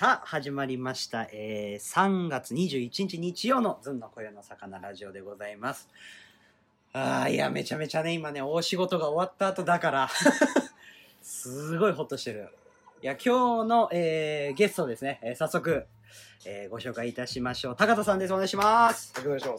さあ始まりました、3月21日日曜のずんのこよの魚ラジオでございます。いやめちゃめちゃね今ね大仕事が終わった後だからすごいホッとしてる。いや今日の、ゲストですね、早速、ご紹介いたしましょう。高田さんです。お願いします。 お願いします。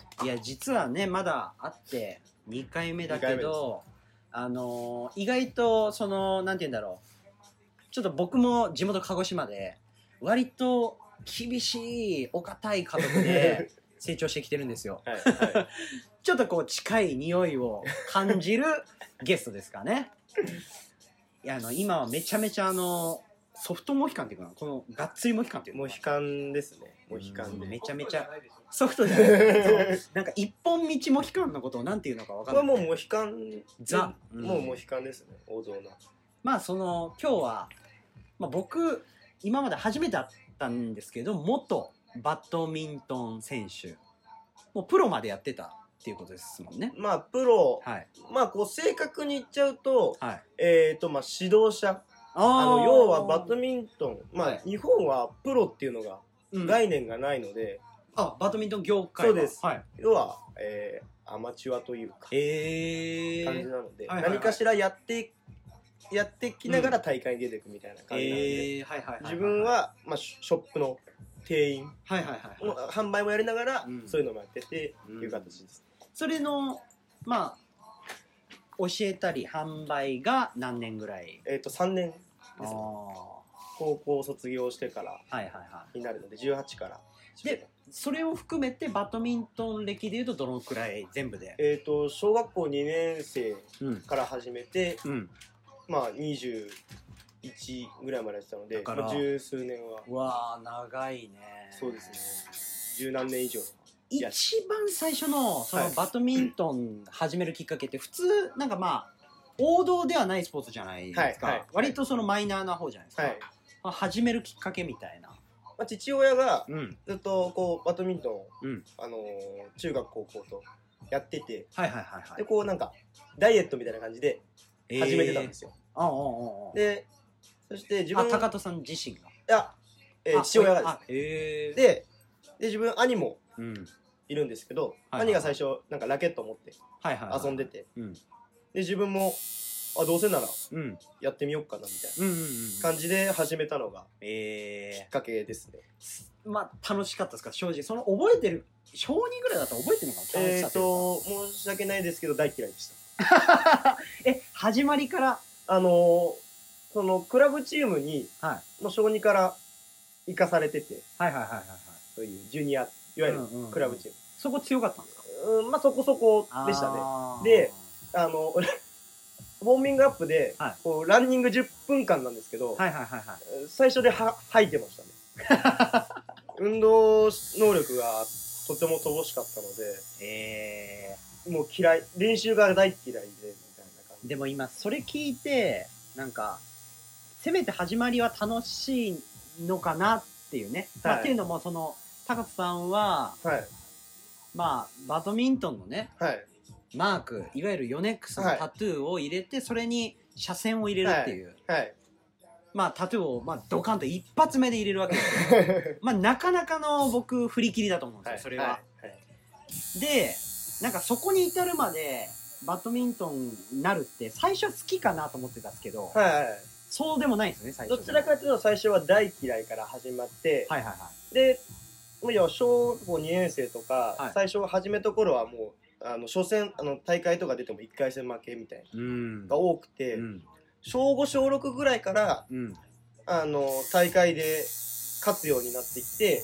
いや実はねまだ会って2回目だけど意外とそのなんて言うんだろう、ちょっと僕も地元鹿児島で割と厳しいお堅い家族で成長してきてるんですよ。 はいはい、 ちょっとこう近い匂いを感じるゲストですかね。いや今はめちゃめちゃソフトモヒカンっていうかな、このがっつりモヒカンっていうのモヒカンですね。モヒカンでめちゃめちゃソフトじゃないなんか一本道モヒカンのことをなんていうのか分かんない。 これはもうモヒカンザ、 もうモヒカンですね。王道な。 まあ今日は、僕今まで初めて会ったんですけど元バドミントン選手、もうプロまでやってたっていうことですもんね。 まあプロ、 はい、 まあこう正確に言っちゃうと、 はい、 まあ指導者、要はバドミントン、まあ、 はい、 日本はプロっていうのが、概念がないので、 バドミントン業界そうです、 はい、 要は、アマチュアというか、感じなので、何かしらやってきながら大会に出ていくみたいな感じなので、自分は、まあ、ショップの店員、販売もやりながら、そういうのもやっててっていう形です。 それのまあ教えたり販売が何年ぐらい ？3年ですね。高校卒業してからになるので、18から。 でそれを含めてバドミントン歴でいうとどのくらい全部で？ 小学校2年生から始めて、まあ21ぐらいまでやってたので、十数年は。 うわー長いね。 そうですね。十何年以上。 一番最初のそのバドミントン始めるきっかけって普通なんかまあ王道ではないスポーツじゃないですか。割とそのマイナーな方じゃないですか。始めるきっかけみたいな。 父親がずっとこうバドミントンを中学高校とやってて、でこうなんかダイエットみたいな感じで始めてたんですよ。でそして自分高田さん自身が、 いや父親がですね。で自分兄もいるんですけど、兄が最初なんかラケットを持って遊んでて、で自分もどうせならやってみようかなみたいな感じで始めたのがきっかけですね。 まあ楽しかったですか正直。その覚えてる小2ぐらいだったら覚えてるのかな。 申し訳ないですけど大嫌いでした。 始まりからそのクラブチームにもう小2から行かされてて、そういうジュニアいわゆるクラブチーム、 そこ強かったんですか？ まあそこそこでしたね。でウォーミングアップでこうランニング10分間なんですけど、最初で吐いてましたね。運動能力がとても乏しかったので、もう嫌い、練習が大嫌いでみたいな感じ。 でも今それ聞いてなんかせめて始まりは楽しいのかなっていうね。っていうのもその高津さんはまあバドミントンのね、マークいわゆるヨネックスのタトゥーを入れて、それに斜線を入れるっていう、まあタトゥーをドカンと一発目で入れるわけですよ。まあなかなかの僕振り切りだと思うんですよそれは。でなんかそこに至るまでバドミントンになるって最初は好きかなと思ってたんですけど、そうでもないんですね最初。 どちらかというと最初は大嫌いから始まって、で小学校2年生とか、最初始めた頃はもう初戦大会とか出ても1回戦負けみたいなが多くて、小5小6ぐらいから、大会で勝つようになってきて、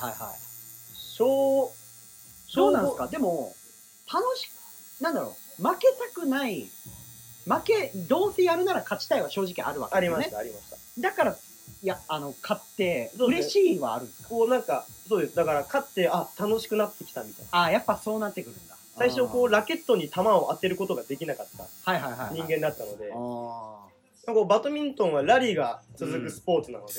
そうなんですか。でもなんだろう、負けたくない、どうせやるなら勝ちたいは正直あるわけですね。 ありました。 だから勝って嬉しいはあるんですか？ こうなんかそうです。だから勝って楽しくなってきたみたいな。 やっぱそうなってくるんだ。 最初こうラケットに球を当てることができなかった人間だったので、バドミントンはラリーが続くスポーツなので、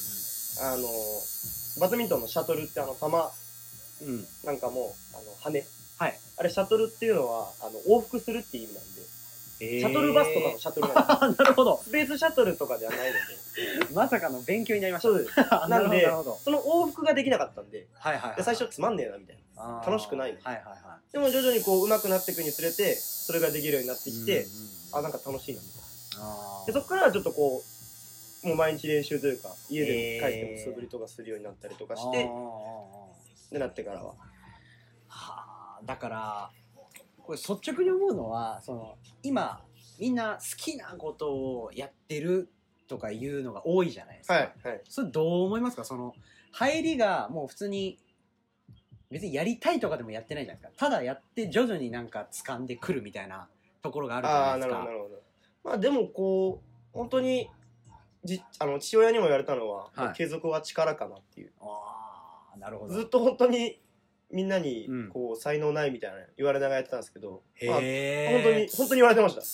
バドミントンのシャトルって球なんかも羽、あれシャトルっていうのは往復するっていう意味なんで、 シャトルバスとかのシャトルなんです。 なるほど。 スペースシャトルとかではないので。まさかの勉強になりました。 そうです。なんで、その往復ができなかったんで、最初つまんねえなみたいな。楽しくない。でも徐々にこう上手くなっていくにつれて、それができるようになってきて、あ、なんか楽しいなみたいな。で、そこからはちょっとこう、もう毎日練習というか、家で帰っても素振りとかするようになったりとかして、でなってからは。 はあ、だから、これ率直に思うのは、その今みんな好きなことをやってるとかいうのが多いじゃないですか。 はいはい。 それどう思いますか？その入りがもう普通に別にやりたいとかでもやってないじゃないですか。ただやって徐々になんか掴んでくるみたいなところがあるじゃないですか。 なるほど。まあでもこう本当に父親にも言われたのは、はい、継続は力かなっていう。 ああ、なるほど。 ずっと本当にみんなにこう才能ないみたいな言われながらやってたんですけど、まあ、本当に言われてました。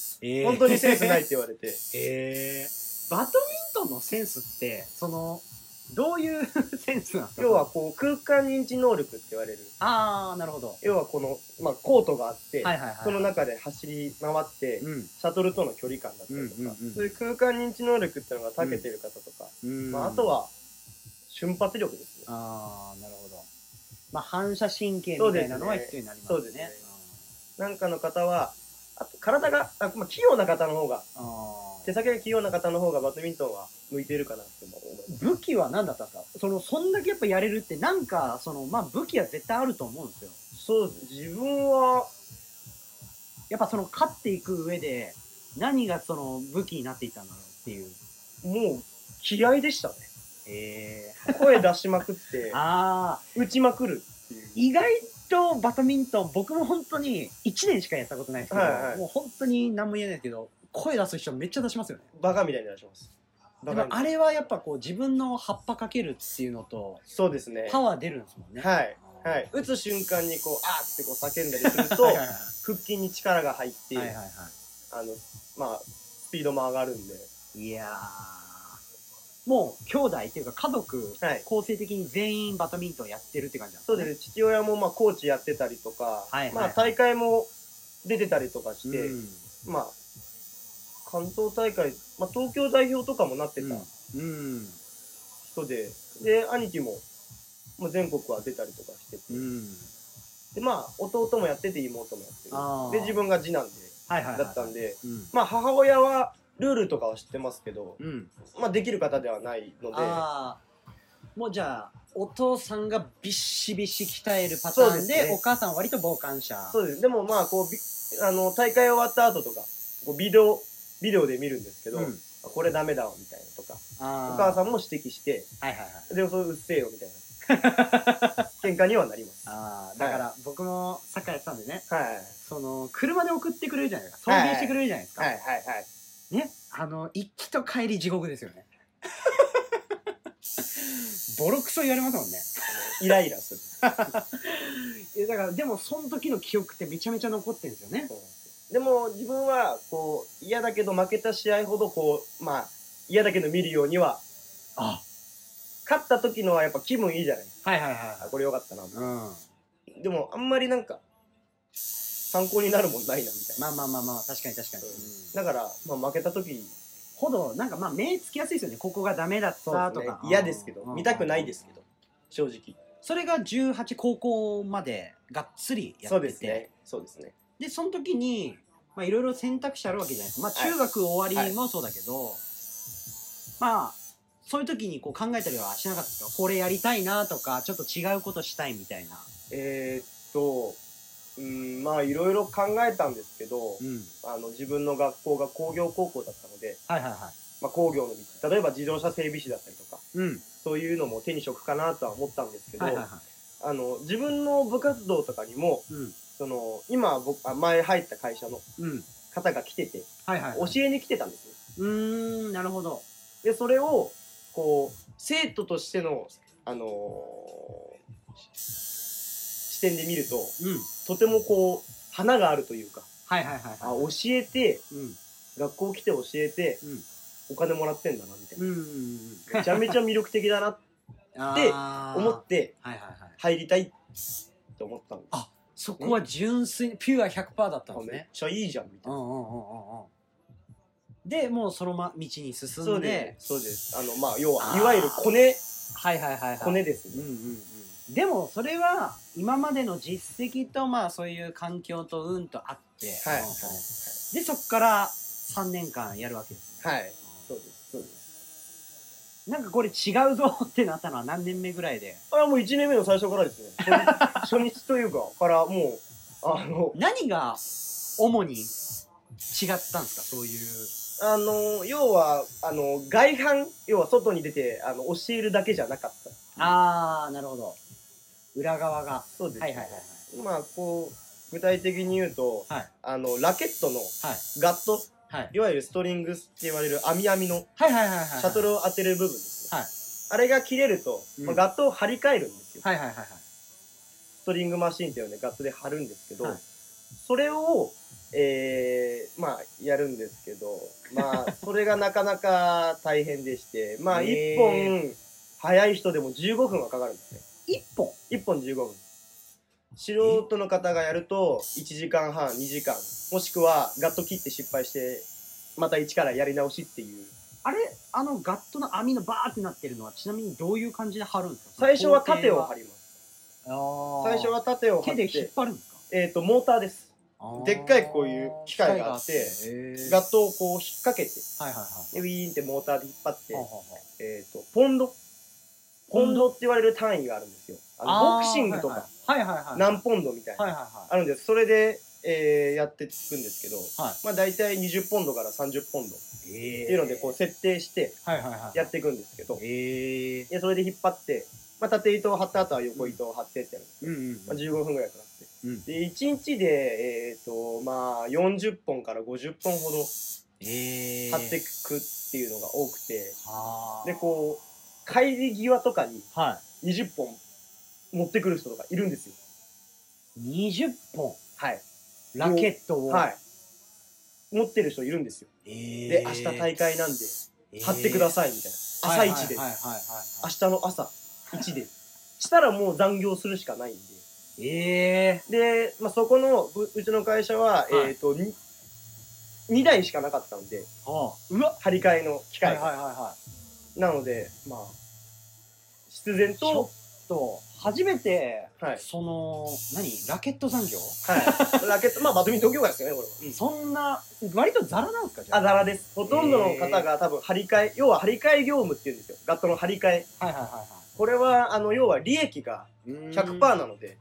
本当にセンスないって言われて。 バドミントンのセンスってそのどういうセンスなんですか？ 要はこう空間認知能力って言われる。 ああ、なるほど。 要はこの、まあ、コートがあって、その中で走り回って、シャトルとの距離感だったりとか、そういう空間認知能力っていうのが長けてる方とか、まあ、あとは瞬発力ですね。 ああ、なるほど。まあ反射神経みたいなのは必要になりますね。そうですね。 なんかの方は、あと体が、まあ、器用な方の方が、手先が器用な方の方がバドミントンは向いているかなって思います。 武器は何だったんですか？そんだけやっぱやれるってなんかまあ武器は絶対あると思うんですよ。 そうです。自分はやっぱ勝っていく上で何が武器になっていったんだろうっていう。 もう気合でしたね。声出しまくって打ちまくるっていう。 意外とバドミントン僕も本当に1年しかやったことないですけど、もう本当に何も言えないですけど声出す人めっちゃ出しますよね。 バカみたいに出します。 でもあれはやっぱこう自分の葉っぱかけるっていうのと、 そうですね、 パワー出るんですもんね。 はいはい。打つ瞬間にこうあーってこう叫んだりすると腹筋に力が入って、まあスピードも上がるんで。 いやー、もう兄弟っていうか家族、構成的に全員バドミントンやってるって感じなんですね。 そうですね。父親もまあコーチやってたりとか、まあ大会も出てたりとかして、まあ関東大会、まあ、東京代表とかもなってた人で、で兄貴も全国は出たりとかしてて、でまあ弟もやってて妹もやってるで、自分が次男でだったんで、まあ母親はルールとかは知ってますけど、まあできる方ではないので、 もうじゃあお父さんがビシビシ鍛えるパターンで、お母さんは割と傍観者。 そうです。でもまあこう大会終わった後とかこうビデオで見るんですけど、これダメだわみたいなとか、お母さんも指摘して、でもそれうっせえよみたいな喧嘩にはなります。 だから僕もサッカーやってたんでね、車で送ってくれるじゃないですか、送迎してくれるじゃないですか。ね、行きと帰り地獄ですよね。ボロクソ言われますもんね。 イライラする。だからでもその時の記憶ってめちゃめちゃ残ってるんですよね。 でも自分はこう嫌だけど負けた試合ほどこうまあ嫌だけど見るようには、勝った時のはやっぱ気分いいじゃないですか。これよかったな、でもあんまりなんか参考になるもんないなみたいな。 まあ確かに、 だからまあ負けた時ほどなんかまあ目つきやすいですよね。ここがダメだったとか。 嫌ですけど、見たくないですけど、正直。 それが18高校までがっつりやってて、 そうですね。 でその時にまあいろいろ選択肢あるわけじゃないですか。まあ中学終わりもそうだけど、まあそういう時にこう考えたりはしなかったですか？これやりたいなとか、ちょっと違うことしたいみたいな。 まあいろいろ考えたんですけど、自分の学校が工業高校だったので、まあ工業の道、例えば自動車整備士だったりとか、そういうのも手に職かなとは思ったんですけど、自分の部活動とかにも、今僕前入った会社の方が来てて、教えに来てたんですね。なるほど。 でそれをこう生徒としての視点で見ると、とてもこう花があるというか、教えて、学校来て教えて、お金もらってんだなみたいな、めちゃめちゃ魅力的だなって思って入りたいって思ったんです。 そこは純粋にピュア 100% だったんですね。 めっちゃいいじゃんみたいな。 でもうその道に進んで、 そうです。まあ要はいわゆるコネ、コネですね。 でもそれは今までの実績とまあそういう環境ととあって、でそこから3年間やるわけですね。はい、そうです。なんかこれ違うぞってなったのは何年目ぐらいで？ あれはもう1年目の最初からですね。初日というかからもう何が主に違ったんですか、そういう。 要は外反、要は外に出て教えるだけじゃなかった。 ああ、なるほど。裏側が。 そうです。まあこう具体的に言うと、ラケットのガット、いわゆるストリングスって言われる網のシャトルを当てる部分ですね。あれが切れると、ガットを張り替えるんですよ。ストリングマシンっていうのでガットで張るんですけど、それをまあやるんですけど、まあそれがなかなか大変でして、まあ1本早い人でも15分はかかるんですね。1本15分。素人の方がやると1時間半、2時間、もしくはガット切って失敗してまた一からやり直しっていう。 あれ、ガットの網のバーってなってるのはちなみにどういう感じで張るんですか？ 最初は縦を張ります。最初は縦を張って。 手で引っ張るんですか？ モーターです。でっかいこういう機械があって、ガットをこう引っ掛けて、ウィーンってモーターで引っ張って、ポンドって言われる単位があるんですよ。ボクシングとか何ポンドみたいなあるんです。それでやっていくんですけど、まあ大体20ポンドから30ポンドっていうのでこう設定してやっていくんですけど、それで引っ張って、まあ、縦糸を張った後は横糸を張ってってやるんですけど、まあ、15分ぐらいかかって、で1日でまあ40本から50本ほど張っていくっていうのが多くて、でこう帰り際とかに20本持ってくる人とかいるんですよ。 20本、ラケットを、 持ってる人いるんですよ。で明日大会なんで張ってくださいみたいな、朝一で、明日の朝1でしたらもう残業するしかないんで、で、まあ、そこのうちの会社は、2台しかなかったんで、張り替えの機械が、なのでまあ必然とちょっと初めて、そのラケット産業、 ラケット、まあバドミントン業界ですよねこれは。 そんな割とザラなんですか？じゃあザラです。ほとんどの方が多分張り替え、要は張り替え業務っていうんですよ。ガットの張り替え。これは要は利益が 100% なので。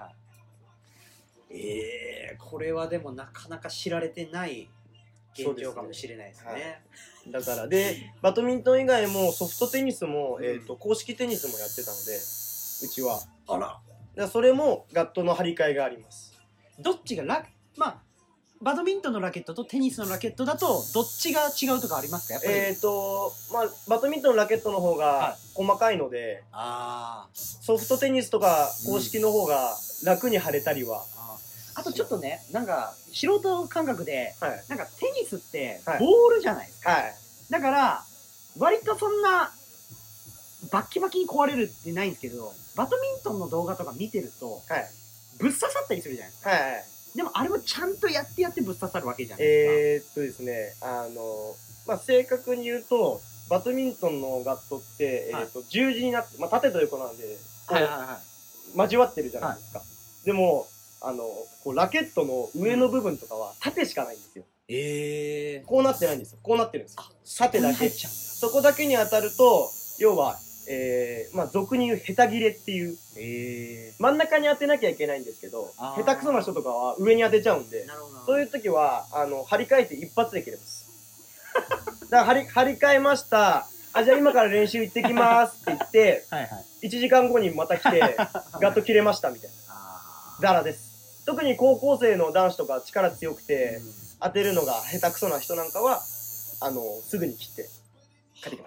これはでもなかなか知られてない現状かもしれないですね。 だからでバドミントン以外もソフトテニスも公式テニスもやってたので、うちは。それもガットの張り替えがあります。 どっちがまあバドミントンのラケットとテニスのラケットだとどっちが違うとかありますか？やっぱりまあバドミントンのラケットの方が細かいので、ソフトテニスとか公式の方が楽に張れたりは。 あとちょっとね、なんか素人感覚で、なんかテニスってボールじゃないですか。だから割とそんなバッキバキに壊れるってないんですけど、バドミントンの動画とか見てるとぶっ刺さったりするじゃないですか。でもあれもちゃんとやってぶっ刺さるわけじゃないですか。 ですね、まあ正確に言うとバドミントンのガットって十字になって、まあ縦と横なんで交わってるじゃないですか。でもこうラケットの上の部分とかは縦しかないんですよ。こうなってないんですよ。こうなってるんですよ。縦だけ。そこだけに当たると、要は、まあ俗に言うヘタ切れっていう、真ん中に当てなきゃいけないんですけど、下手くそな人とかは上に当てちゃうんで、そういう時は張り替えて一発で切れます。だから張り替えました。じゃあ今から練習行ってきますって言って、1時間後にまた来てガッと切れましたみたいな。ザラです。特に高校生の男子とか力強くて当てるのが下手くそな人なんかはすぐに切って帰ってきます。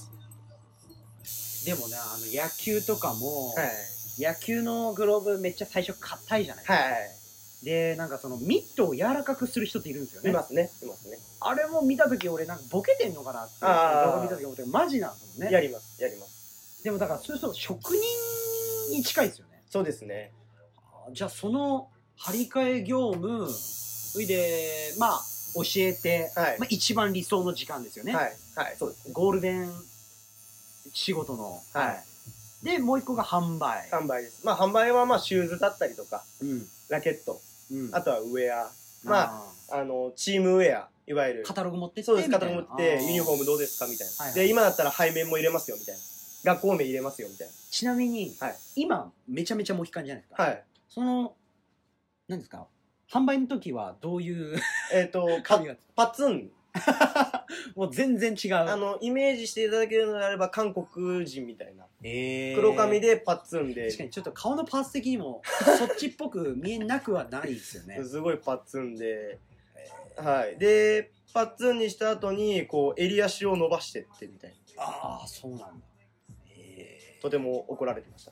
でもね、野球とかも、野球のグローブめっちゃ最初硬いじゃないですか。でなんかそのミットを柔らかくする人っているんですよね。 いますね。 あれも見た時俺なんかボケてんのかなって動画見た時思って、マジなんですもんね。 やります。 でもだからそういう人職人に近いですよね。 そうですね。 じゃあその張り替え業務、それで、まあ、教えて、まあ、一番理想の時間ですよね。 はい。はい。そうです。 ゴールデン仕事の。はい。で、もう一個が販売。 販売です。まあ、販売は、まあ、シューズだったりとか、ラケット、あとはウェア。まあ、チームウェア、いわゆる。 カタログ持ってって。 そうです、カタログ持って、ユニフォームどうですかみたいな。で、今だったら背面も入れますよ、みたいな。学校名入れますよ、みたいな。 ちなみに、今、めちゃめちゃモヒカンじゃないですか。はい。何ですか販売の時はどういうパツン。 もう全然違う。 イメージしていただけるのであれば、韓国人みたいな。黒髪でパツンで。 確かにちょっと顔のパーツ的にも、そっちっぽく見えなくはないですよね。 すごいパツンで。はい。で、パツンにした後に、こう、襟足を伸ばしてってみたいな。ああ、そうなんだ。 とても怒られてました。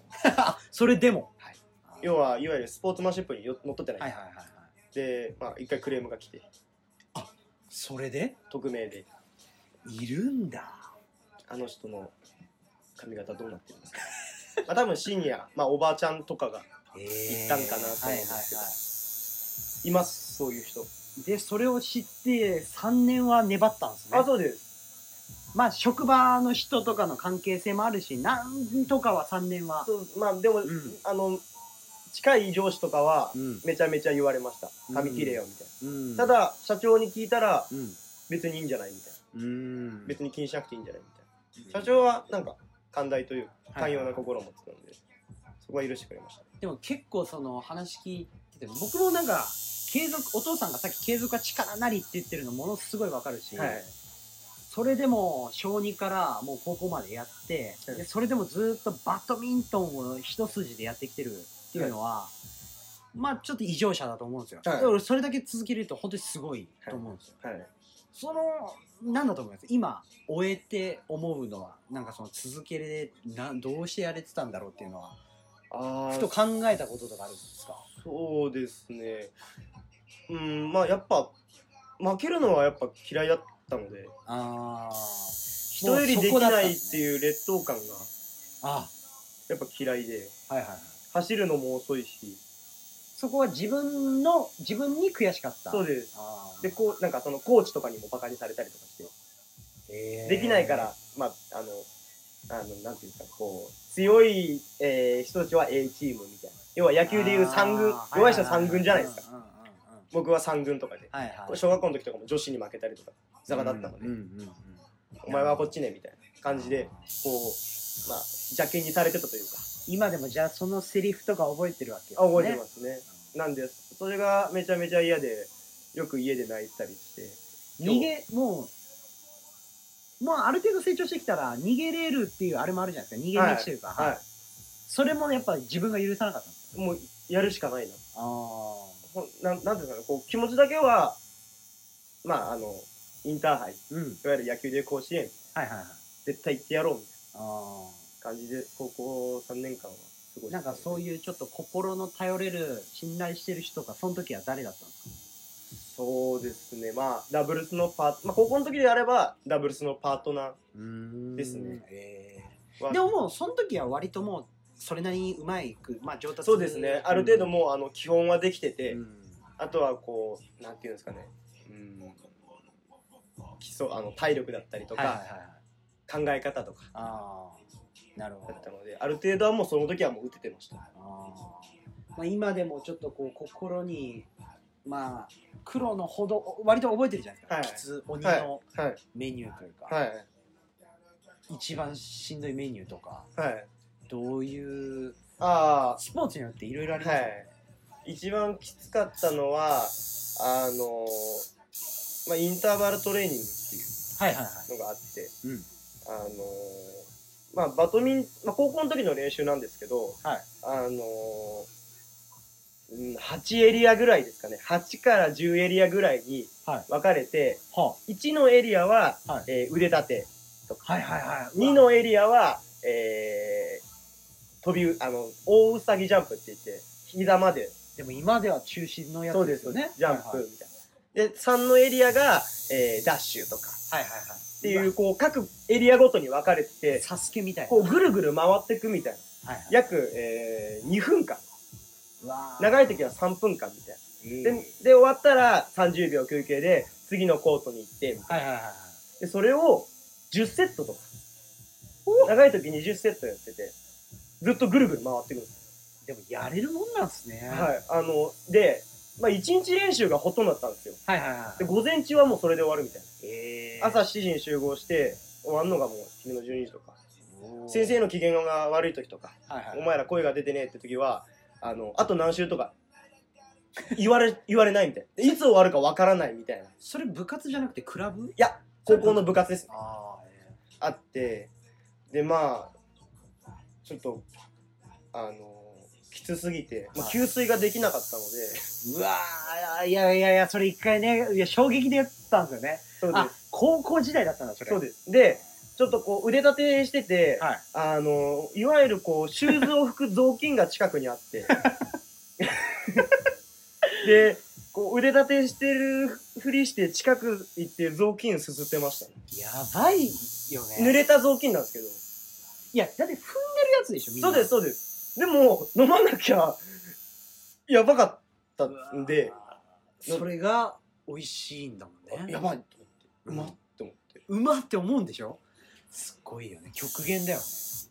それでも。 はい。要は、いわゆるスポーツマンシップにのっとってない。はいはいはい。で、まあ、一回クレームが来て。 あ、それで匿名で。 いるんだ。 あの人の髪型どうなってるんですかまあ多分シニア、まあおばあちゃんとかが行ったんかなと思うんですけど。います、そういう人。 で、それを知って3年は粘ったんですね。 あ、そうです。 まあ職場の人とかの関係性もあるし、なんとかは3年は。 そう、まあでも、近い上司とかはめちゃめちゃ言われました。髪切れよみたいな。ただ社長に聞いたら別にいいんじゃないみたいな。別に気にしなくていいんじゃないみたいな。社長はなんか寛大という寛容な心を持ってたので、そこは許してくれました。 でも結構その話聞いてて、僕もなんか継続、お父さんがさっき継続は力なりって言ってるのものすごいわかるし、それでも小2からもう高校までやって、でそれでもずっとバドミントンを一筋でやってきてるっていうのは、まあちょっと異常者だと思うんですよ。俺それだけ続けると本当にすごいと思うんですよ。そのなんだと思います今終えて思うのはなんかその続けれどうしてやれてたんだろうっていうのはふと考えたこととかあるんですか？ そうですね。まあやっぱ負けるのはやっぱ嫌いだったので、人よりできないっていう劣等感がやっぱ嫌いで、走るのも遅いし、 そこは自分に悔しかった。 そうです。でなんかそのコーチとかにもバカにされたりとかして、できないからまあなんていうかこう強い、人たちは A チームみたいな、要は野球でいう3軍、弱い人は3軍じゃないですか。僕は3軍とかで、小学校の時とかも女子に負けたりとかザガだったので、お前はこっちねみたいな感じでこうまあ邪険にされてたというか。 今でもじゃあそのセリフとか覚えてるわけですね。覚えてますね。なんでそれがめちゃめちゃ嫌で、よく家で泣いたりして。 もうある程度成長してきたら逃げれるっていうあれもあるじゃないですか。逃げ道というか。それもやっぱり自分が許さなかったんですか？ もうやるしかないな。なんていうかね、こう気持ちだけはまあインターハイ、いわゆる野球で甲子園、絶対行ってやろうみたいな感じで高校3年間は過ごして。 なんかそういうちょっと心の頼れる信頼してる人がその時は誰だったんですか？ そうですね、まあダブルスの高校の時であればダブルスのパートナーですね。 でももうその時は割ともうそれなりにうまく、まあ上達。 そうですね、ある程度もう基本はできてて、あとはこうなんていうんですかね、基礎体力だったりとか考え方とかだったので、ある程度はもうその時はもう打ててました。 まあ今でもちょっとこう心にまあ黒のほど割と覚えてるじゃないですか。きつ鬼のメニューというか、一番しんどいメニューとか、どういうスポーツによっていろいろありますよね。 一番きつかったのはまあインターバルトレーニングっていうのがあって、まあバドミントン、まあ高校の時の練習なんですけど、8エリアぐらいですかね、8から10エリアぐらいに分かれて、1のエリアは腕立てとか、2のエリアは大うさぎジャンプって言って膝まで。 でも今では中止のやつですよね。 ジャンプみたいな。で3のエリアがダッシュとかっていうこう各エリアごとに分かれてて、 サスケみたいなこうぐるぐる回っていくみたいな、約2分間長い時は3分間みたいな。で終わったら30秒休憩で次のコートに行ってみたいな。でそれを10セットとか、長い時20セットやってて、ずっとぐるぐる回ってくるんです。 でもやれるもんなんですね。 はい。で、まあ1日練習がほとんどだったんですよ。で、午前中はもうそれで終わるみたいな。朝7時に集合して、終わるのがもう昼の12時とか。先生の機嫌が悪い時とか、お前ら声が出てねえって時は、あと何週とか、言われないみたいな。いつ終わるかわからないみたいな。 それ部活じゃなくてクラブ？ いや、高校の部活です。あって、で、まあ、ちょっと、きつすぎて、給水ができなかったので。 うわー、いや、それ一回ね、いや、衝撃でやったんですよね。 そうです。 高校時代だったんだ、それ。 そうです。で、ちょっとこう腕立てしてて、いわゆるこう、シューズを拭く雑巾が近くにあって、で、こう腕立てしてるふりして近く行って雑巾すすってましたね。 やばいよね。 濡れた雑巾なんですけど。 いや、だって踏んでるやつでしょ、みんな。 そうです、そうです。でも、飲まなきゃ、やばかったんで。 それが美味しいんだもんね。 やばいと思って。うまって思って。 うまって思うんでしょ？すっごいよね。極限だよね。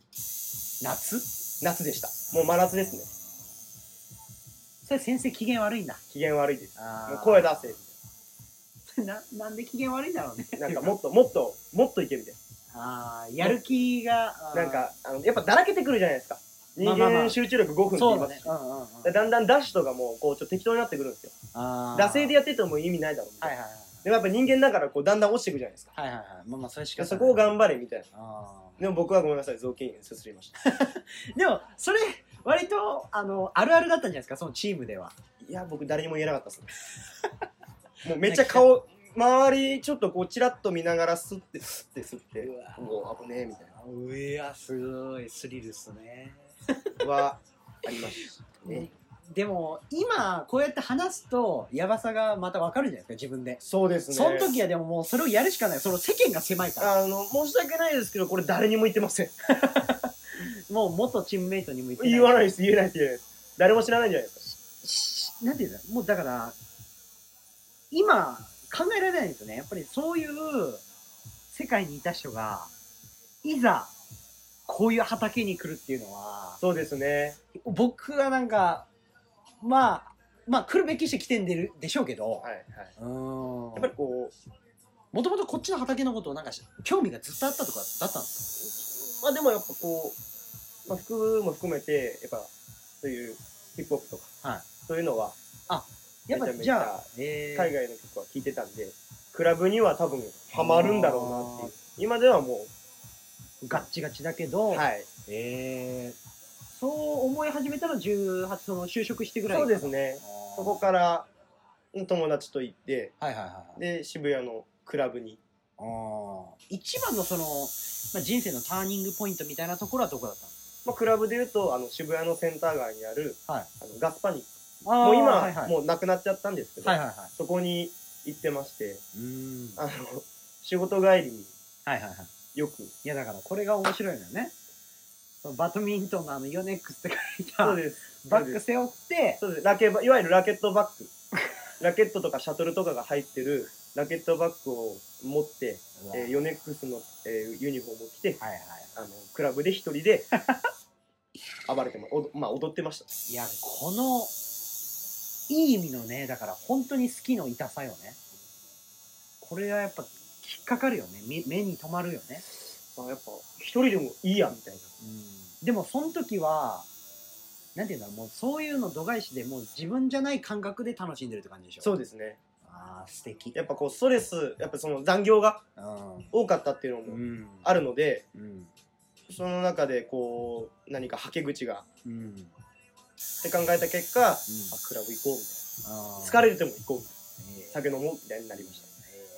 夏でした。もう真夏ですね。 それ先生機嫌悪いんだ。 機嫌悪いです。もう声出せ。 なんで機嫌悪いんだろうね。 なんかもっといけみたいな。やる気が。 なんか、やっぱだらけてくるじゃないですか。人間集中力5分って言いますし。だんだんダッシュとかもこうちょっと適当になってくるんですよ。惰性でやってても意味ないだろうみたいな。でもやっぱ人間だからこうだんだん落ちていくじゃないですか。 まあそれしか。 そこを頑張れみたいな。でも僕はごめんなさい、雑巾すすりました。 でもそれ割とあるあるだったんじゃないですか、そのチームでは。 いや、僕誰にも言えなかったっすね。もうめっちゃ周りちょっとこうチラッと見ながらスッてもう危ねえみたいな。 いや、すごいスリルっすね。 はありましたね。 でも今こうやって話すとやばさがまた分かるじゃないですか、自分で。 そうですね。 その時はでももうそれをやるしかない。その世間が狭いから。 申し訳ないですけど、これ誰にも言ってません。 もう元チームメイトにも言ってない。言わないです、言えないです。誰も知らないんじゃないですか。なんていうんだ、もうだから今考えられないんですよね。やっぱりそういう世界にいた人がいざこういう畑に来るっていうのは。 そうですね。 僕はなんかまあ来るべきして来てんでしょうけど、 やっぱりこうもともとこっちの畑のことをなんか興味がずっとあったとかだったんですか？でもやっぱこう、服も含めてやっぱそういうヒップホップとか、そういうのはやっぱじゃあ海外の曲は聴いてたんで、クラブには多分ハマるんだろうなっていう。今ではもうガッチガチだけど、そう思い始めたの18、その就職してぐらい。 そうですね。そこから友達と行って、で渋谷のクラブに。 一番のその、人生のターニングポイントみたいなところはどこだったの？ クラブでいうと渋谷のセンター街にある、ガスパニック。もう今、もうなくなっちゃったんですけど、そこに行ってまして、仕事帰りによく。いやだからこれが面白いのよね。バドミントンのヨネックスって書いたバッグ背負って、 いわゆるラケットバッグ。ラケットとかシャトルとかが入ってるラケットバッグを持って、ヨネックスの、ユニフォームを着て、クラブで一人で暴れて踊ってました。 いや、このいい意味のね、だから本当に好きの痛さよね。これはやっぱ引っかかるよね。目に留まるよね。 やっぱ一人でもいいやみたいな。 でもその時はなんていうんだろう、もうそういうの度外視でもう自分じゃない感覚で楽しんでるって感じでしょ。 そうですね。 素敵。 やっぱこうストレス、やっぱその残業が多かったっていうのもあるので、その中でこう何かはけ口がって考えた結果、クラブ行こうみたいな。疲れても行こうみたいな。酒飲もうみたいになりました。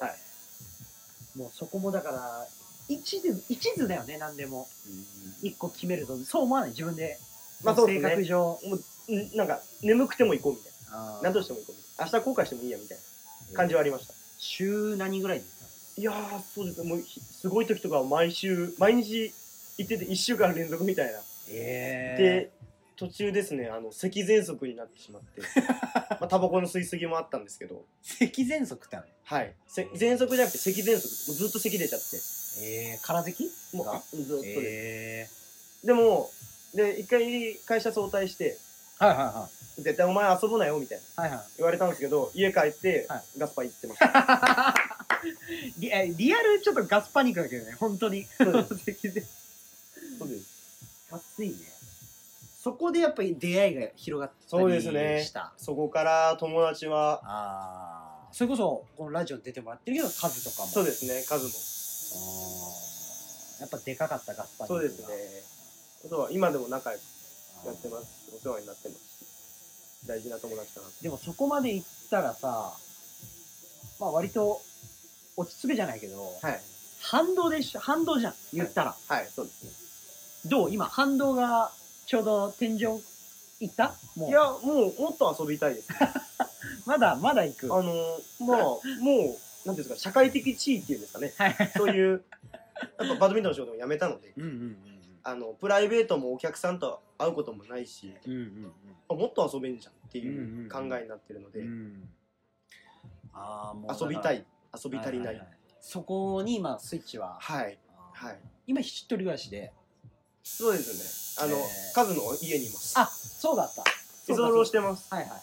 もうそこもだから一途だよね。何でも一個決めるとそう思わない、自分で。 そうですね。 性格上なんか眠くても行こうみたいな。何としても行こうみたいな。明日後悔してもいいやみたいな感じはありました。 週何ぐらいですか？ いやー、そうですね。もうすごい時とかは毎日行ってて1週間連続みたいな。で途中ですね、咳喘息になってしまって、まあ、タバコの吸いすぎもあったんですけど。 咳喘息ってある？ はい。喘息じゃなくて咳喘息。もうずっと咳出ちゃって。 空咳もう、ずっとです。でも、一回会社早退して、 はいはいはい。 絶対お前遊ぶなよ、みたいな。はいはい。言われたんですけど、家帰って、ガスパ行ってました。 リアルちょっとガスパニックだけどね、本当に。そうです。そうです。暑いね。そこでやっぱり出会いが広がったりした。 そうですね。そこから友達は。 それこそ、このラジオに出てもらってるけど、カズとかも。 そうですね、カズも。やっぱでかかったガスパニック。 そうですね。あとは今でも仲良くやってます。お世話になってます。大事な友達かな。 でもそこまで行ったらさ、まあ割と落ち着くじゃないけど、はい、反動じゃん、言ったら。 はい、はい、そうですね。どう今、反動がちょうど天井行ったもう。いや、もっと遊びたいです、ね。 まだ行く。 まあ、もう、なんていうんですか、社会的地位っていうんですかね。そういう、やっぱバドミントンの仕事も辞めたので、プライベートもお客さんと会うこともないし、もっと遊べんじゃんっていう考えになってるので、遊びたい。遊び足りない。 そこに今スイッチは。 はい。はい。 今一人暮らしで。 そうですね。カズの家にいます。 あ、そうだった。 居候してます。 はいはい。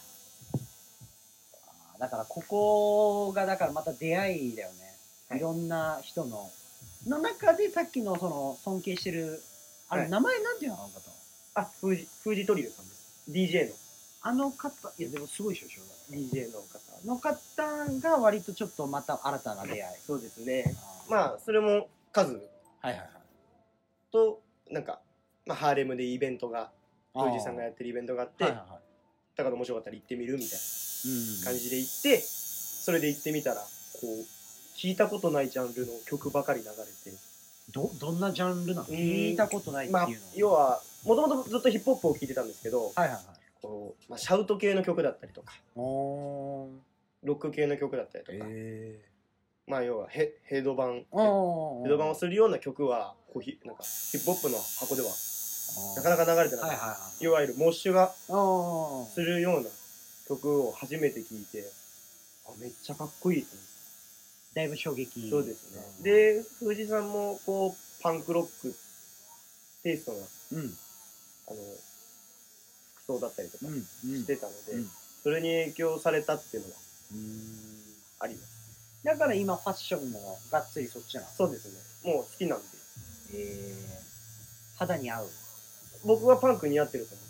だからここがだからまた出会いだよね。いろんな人の中でさっきのその尊敬してるあれ名前なんていうのあの方。 あ、フージトリルさんです。DJ の。 あの方、いやでもすごいでしょ、 DJ の方が割とちょっとまた新たな出会い。 そうですね。まあ、それも数と、なんか、まあ、ハーレムでイベントが、富士さんがやってるイベントがあって、だから面白かったら行ってみるみたいな感じで行って、それで行ってみたら、こう、聞いたことないジャンルの曲ばかり流れて。 どんなジャンルなの？聞いたことないっていうのは。 要は、もともとずっとヒップホップを聴いてたんですけど、シャウト系の曲だったりとか、ロック系の曲だったりとか、まあ要はヘドバンをするような曲はなんかヒップホップの箱ではなかなか流れてなかった、いわゆるモッシュがするような曲を初めて聴いて、めっちゃかっこいいと思って。 だいぶ衝撃。 そうですね。で、藤井さんもこうパンクロックテイストな、服装だったりとかしてたので、それに影響されたっていうのはあります。 だから今ファッションもがっつりそっちなの？ そうですね。もう好きなんで。 肌に合う。 僕はパンク似合ってると思って。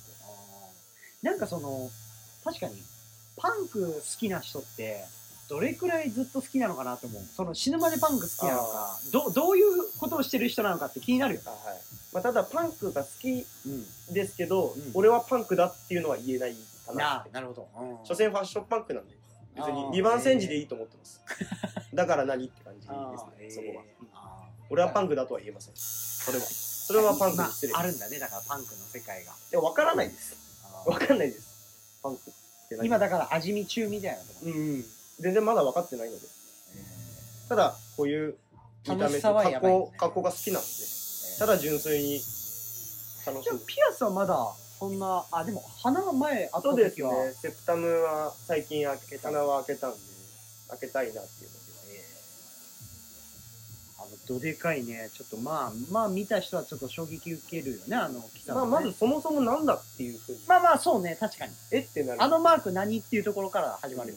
なんか確かにパンク好きな人ってどれくらいずっと好きなのかなと思う。死ぬまでパンク好きなのか、どういうことをしてる人なのかって気になるよ。 まあ、ただパンクが好きですけど、俺はパンクだっていうのは言えないかな。 なるほど。 所詮ファッションパンクなんで、別に2番煎じでいいと思ってます。だから何って感じですね、そこは。俺はパンクだとは言えません。それはパンクに失礼。 あるんだね、だからパンクの世界が。 いや、わからないです。わかんないです。パンクって何？ 今だから味見中みたいなところ。 全然まだ分かってないので。ただ、こういう見た目と格好が好きなので、ただ純粋に楽しむ。 ピアスはまだそんな、でも鼻が前あった時は。 そうですね。セプタムは最近鼻は開けたんで、開けたいなっていうので。 どでかいね。ちょっとまあ見た人はちょっと衝撃受けるよね、 まずそもそもなんだっていうふうに。 まあそうね、確かに。 ってなる。 マーク何っていうところから始まるよね。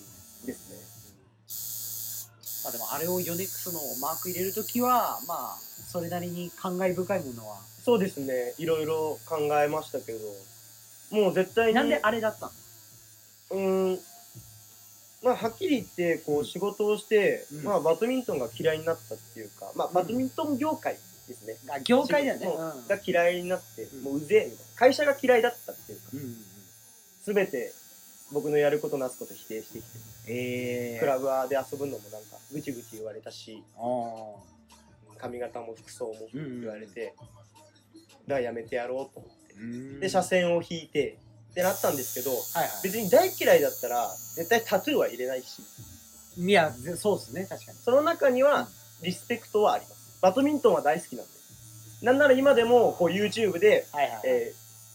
ですね。まあでもあれをヨネックスのマーク入れるときは、まあ、それなりに感慨深いものは。 そうですね。いろいろ考えましたけど、もう絶対に。 なんであれだったの？ まあ、はっきり言って、こう、仕事をして、まあ、バドミントンが嫌いになったっていうか、まあ、バドミントン業界ですね。 業界だよね。 が嫌いになって、もううぜえ、みたいな。会社が嫌いだったっていうか、すべて僕のやることなすこと否定してきて、クラブで遊ぶのもなんか、ぐちぐち言われたし、髪型も服装も言われて、だからやめてやろうと思って。で、車線を引いて、ってなったんですけど、別に大嫌いだったら絶対タトゥーは入れないし、 いやそうですね、確かに。 その中にはリスペクトはあります。バドミントンは大好きなんで、なんなら今でもこう YouTube で、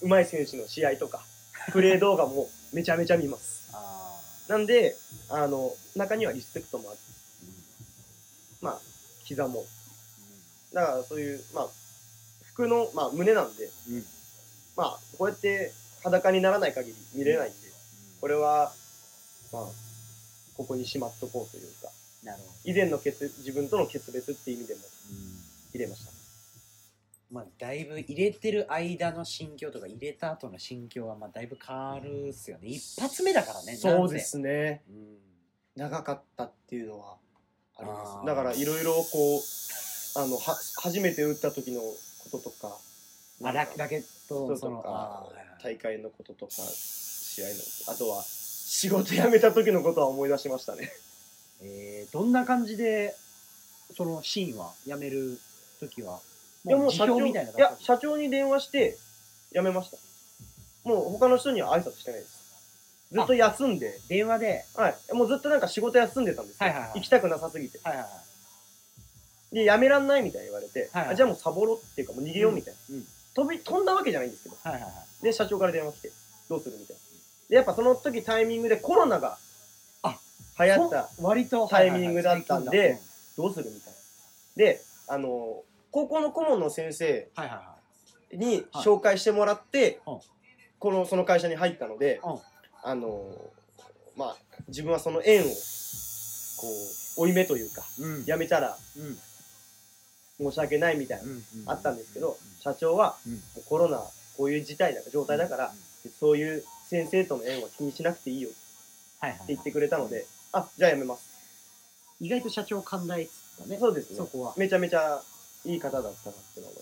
上手い選手の試合とかプレー動画もめちゃめちゃ見ます。なんで中にはリスペクトもあって、まあ膝も、だからそういうまあ服のまあ胸なんで、まあこうやって裸にならない限り見れないんで、これはまあここにしまっとこうというか、以前の自分との決別っていう意味でも入れました。 まあだいぶ入れてる間の心境とか入れた後の心境はまあだいぶ変わるっすよね。一発目だからね。 そうですね。長かったっていうのはあります。だからいろいろこう初めて打った時のこととか、 ラケットとか大会のこととか試合の、あとは仕事辞めた時のことは思い出しましたね。 どんな感じでそのシーンは辞める時は。 いやもう社長に電話して辞めました。もう他の人には挨拶してないです。ずっと休んで、 電話で、 はい、もうずっとなんか仕事休んでたんですよ。行きたくなさすぎて。で辞めらんないみたいに言われて、じゃあもうサボろっていうかもう逃げようみたいな。飛んだわけじゃないんですけど、で社長から電話来てどうするみたいな。でやっぱその時タイミングでコロナが流行った割とタイミングだったんで、どうするみたいな。で高校の顧問の先生に紹介してもらってその会社に入ったので、まあ自分はその縁をこう負い目というか、辞めたら申し訳ないみたいなあったんですけど、社長はコロナこういう事態だ状態だからそういう先生との縁は気にしなくていいよって言ってくれたので、じゃあ辞めます。 意外と社長寛大ですかね。 そうですね。そこはめちゃめちゃいい方だったなって思います。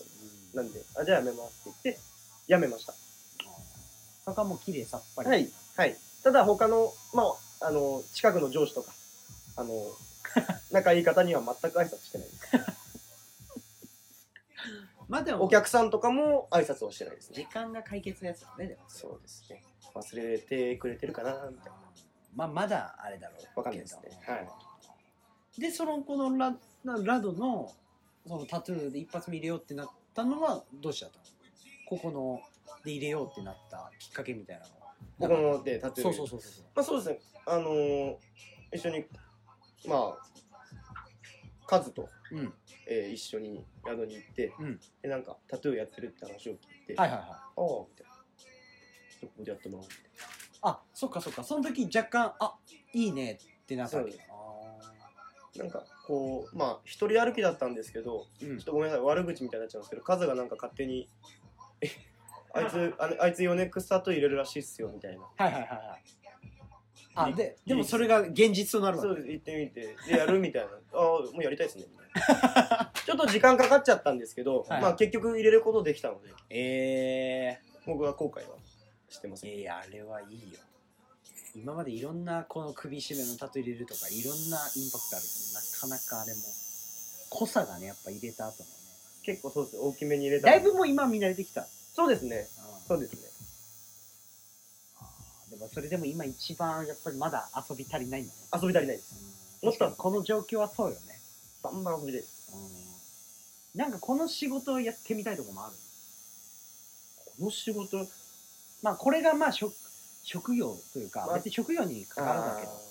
なんでじゃあ辞めますって言って辞めました。 他も綺麗さっぱり。 はいはい。ただ他のまあ近くの上司とか仲いい方には全く挨拶してないです。まあでもお客さんとかも挨拶をしてないですね。 時間が解決のやつだね。でもそうですね。忘れてくれてるかなみたいな。 まあまだあれだろう。 わかんないですね。はい。 でこのラドのそのタトゥーで一発目入れようってなったのはどうしてだったの？ここので入れようってなったきっかけみたいなのは。 ここのでタトゥー。 そう。 まあそうですね。一緒にまあカズと。一緒に宿に行って、でなんかタトゥーやってるって話を聞いて、ああみたいな、どこでやってもらおうみたいな。そっかその時若干いいねってなったわけ。 なんかこうまあ一人歩きだったんですけど、ちょっとごめんなさい悪口みたいになっちゃうんですけど、カズがなんか勝手にあいつヨネクスタトゥー入れるらしいっすよみたいな。 でもそれが現実となるわけ。 そうです、行ってみてでやるみたいな。もうやりたいですねみたいな。ちょっと時間かかっちゃったんですけど、まあ結局入れることできたので、僕は後悔はしてます。 あれはいいよ。今までいろんなこの首絞めのタトゥー入れるとかいろんなインパクトあるけど、なかなかあれも濃さがねやっぱ入れた後のね。 結構そうですね、大きめに入れた。 だいぶもう今見慣れてきた。 そうですね。そうですね。 でもそれでも今一番やっぱりまだ遊び足りないんだね。 遊び足りないです。もっとこの状況はそうよね。 バンバン遊びたいです。 なんかこの仕事をやってみたいとこもある。 この仕事、 まあこれがまあ職業というか、別に職業に関わるんだけど。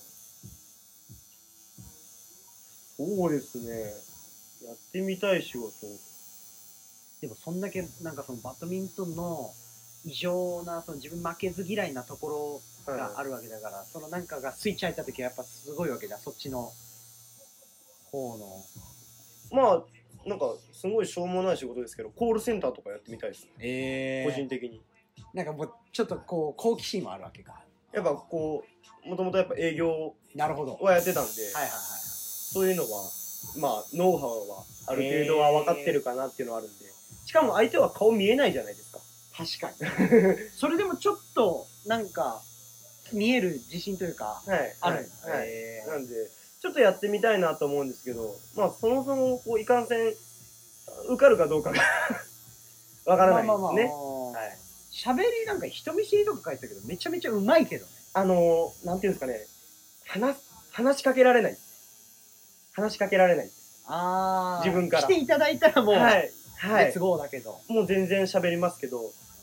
そうですね。やってみたい仕事。 でもそんだけなんかそのバドミントンの異常なその自分負けず嫌いなところがあるわけだから、そのなんかがスイッチ入った時はやっぱすごいわけだ。そっちの方の。 まあなんかすごいしょうもない仕事ですけど、コールセンターとかやってみたいです。個人的に。 なんかもうちょっとこう好奇心もあるわけか。 やっぱこうもともとやっぱ営業をやってたんで、そういうのはまあノウハウはある程度は分かってるかなっていうのはあるんで、しかも相手は顔見えないじゃないですか。 確かに。それでもちょっとなんか見える自信というかある。 なんでちょっとやってみたいなと思うんですけど、まあそもそもこういかんせん受かるかどうかがわからないですね。 喋りなんか人見知りとか書いてたけどめちゃめちゃうまいけどね。 なんていうんですかね、話しかけられない。話しかけられない。自分から来ていただいたらもうレッツゴーだけど、 もう全然喋りますけど、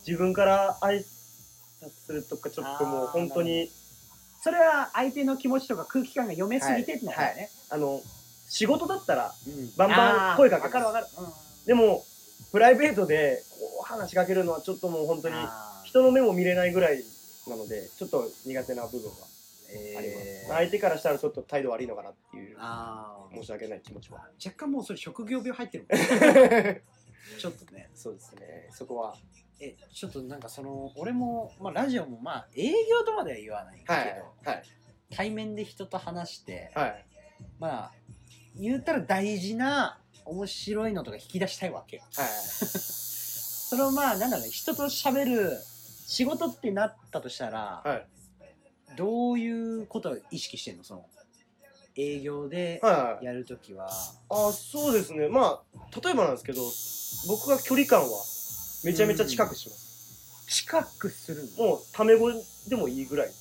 自分から挨拶するとかちょっともう本当にそれは相手の気持ちとか空気感が読めすぎてってのだよね。 仕事だったらバンバン声かけます。 分かる。 でもプライベートでこう話しかけるのはちょっともう本当に人の目も見れないぐらいなのでちょっと苦手な部分はあります。相手からしたらちょっと態度悪いのかなっていう申し訳ない気持ちは若干もうそれ職業病入ってるちょっとね。 そうですね、そこはちょっとなんか俺も、まあ、ラジオもまあ営業とまでは言わないけど、はい、対面で人と話して、はい、まあ言ったら大事な面白いのとか引き出したいわけよ、はい、それをまあなんだろうね、人と喋る仕事ってなったとしたら、はい、どういうことを意識してんの？営業でやるときは、 そうですね、まあ例えばなんですけど、僕は距離感はめちゃめちゃ近くします。 近くするの？もうタメ語でもいいぐらい。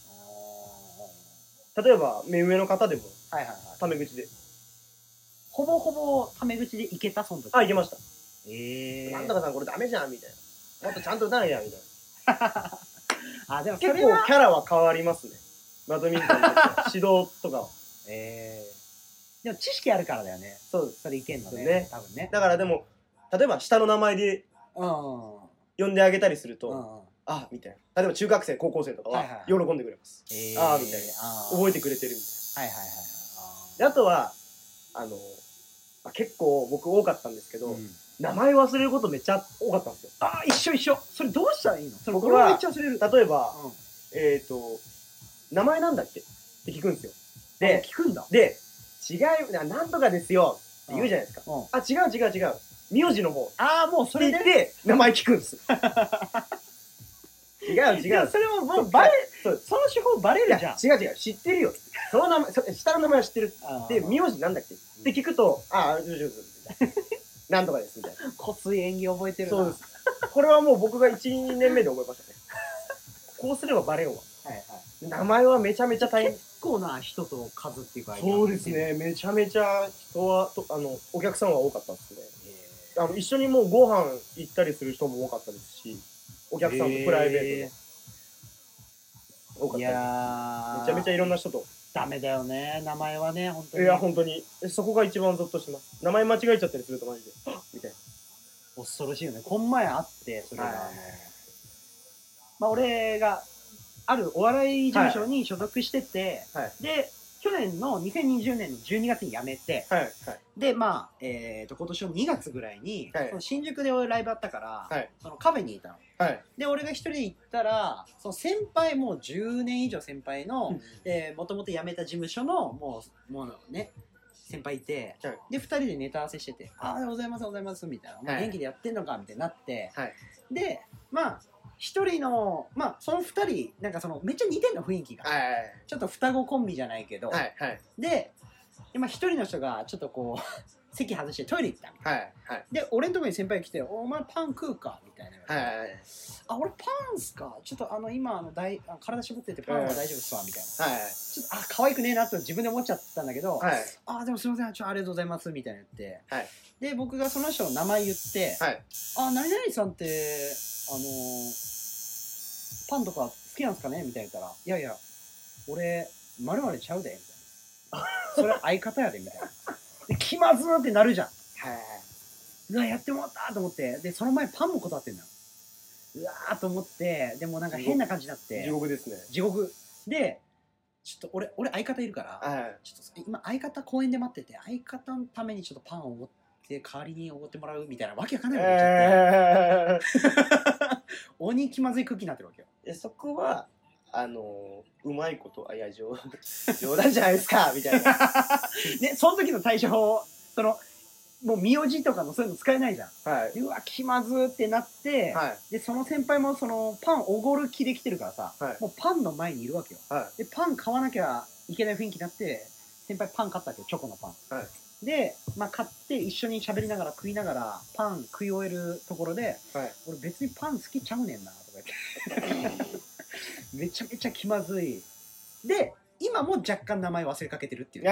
例えば目上の方でもタメ口で、 ほぼほぼタメ口でいけた？その時いけました。なんとかさんこれダメじゃんみたいな、もっとちゃんと歌えやみたいなでも結構キャラは変わりますね、バドミントンの指導とかは。 でも知識あるからだよね。そうです。それいけんのね、多分ね。 だからでも例えば下の名前で呼んであげたりすると、みたいな。例えば中学生高校生とかは喜んでくれます。みたいな、覚えてくれてるみたいな。あとは結構僕多かったんですけど、名前忘れることめっちゃ多かったんですよ。 一緒。それどうしたらいいの？ 僕はめっちゃ忘れる。例えば名前なんだっけって聞くんですよ。で聞くんだ。で違うなんとかですよって言うじゃないですか。違う名字の方もうそれで名前聞くんです。違う。 それももうバレ、その手法バレるじゃん。 違う知ってるよ。その名前下の名前は知ってる。で名字なんだっけって聞くとなんとかですみたいな。 こつい演技覚えてるな。 そうです。これはもう僕が 1,2 年目で覚えましたね。こうすればバレんわ。名前はめちゃめちゃ大変。 結構な人と数っていうか。 そうですね、めちゃめちゃ人はお客さんは多かったですね。一緒にもうご飯行ったりする人も多かったですし、お客さんとプライベートで多かったです。めちゃめちゃいろんな人と。 ダメだよね、名前はね、本当に。 いや本当にそこが一番ゾッとします。名前間違えちゃったりするとマジでみたいな。 恐ろしいよね。こん前あってそれがまあ俺があるお笑い事務所に所属してて、で去年の2020年の12月に辞めて、でまあ今年の2月ぐらいにその新宿でライブあったからそのカフェにいたの。で俺が一人で行ったらその先輩、もう10年以上先輩のもともと辞めた事務所のもうね先輩いて、で2人でネタ合わせしてて「おはようございます」みたいな「元気でやってんのか」みたいになって、でまあ一人のその2人なんかめっちゃ似てんの雰囲気が、ちょっと双子コンビじゃないけど、で今一人の人がちょっとこう席外してトイレ行ったみたいな、で俺のとこに先輩が来て「お前パン食うか」みたいな、俺パンっすか、ちょっと今体絞っててパンは大丈夫っすわみたいな、ちょっと可愛くねえなって自分で思っちゃったんだけど、でもすいません、ありがとうございますみたいな言って、で僕がその人の名前言って「何々さんってパンとか好きなんすかね?」みたいな言ったら「いやいや俺〇〇ちゃうで」みたいな「それ相方やで」みたいなで気まずーってなるじゃん。うわやってもらったと思って、でその前パンも断ってんだよ。うわーと思って、でもなんか変な感じになって、 地獄ですね。 地獄でちょっと俺相方いるから、ちょっと今相方公園で待ってて、相方のためにちょっとパンをおごって代わりにおごってもらうみたいなわけわかんないこと言っちゃって、鬼気まずい空気になってるわけよ。 そこはうまいこと、いや冗談じゃないですかみたいなね、その時の対処法、もう名字とかのそういうの使えないじゃん。うわ気まずってなって、でその先輩もパンおごる気で来てるからさ、もうパンの前にいるわけよ。でパン買わなきゃいけない雰囲気になって、先輩パン買ったわけよ、チョコのパン。で買って一緒に喋りながら食いながらパン食い終えるところで、俺別にパン好きちゃうねんなとか言ってめちゃめちゃ気まずい。で今も若干名前忘れかけてるっていう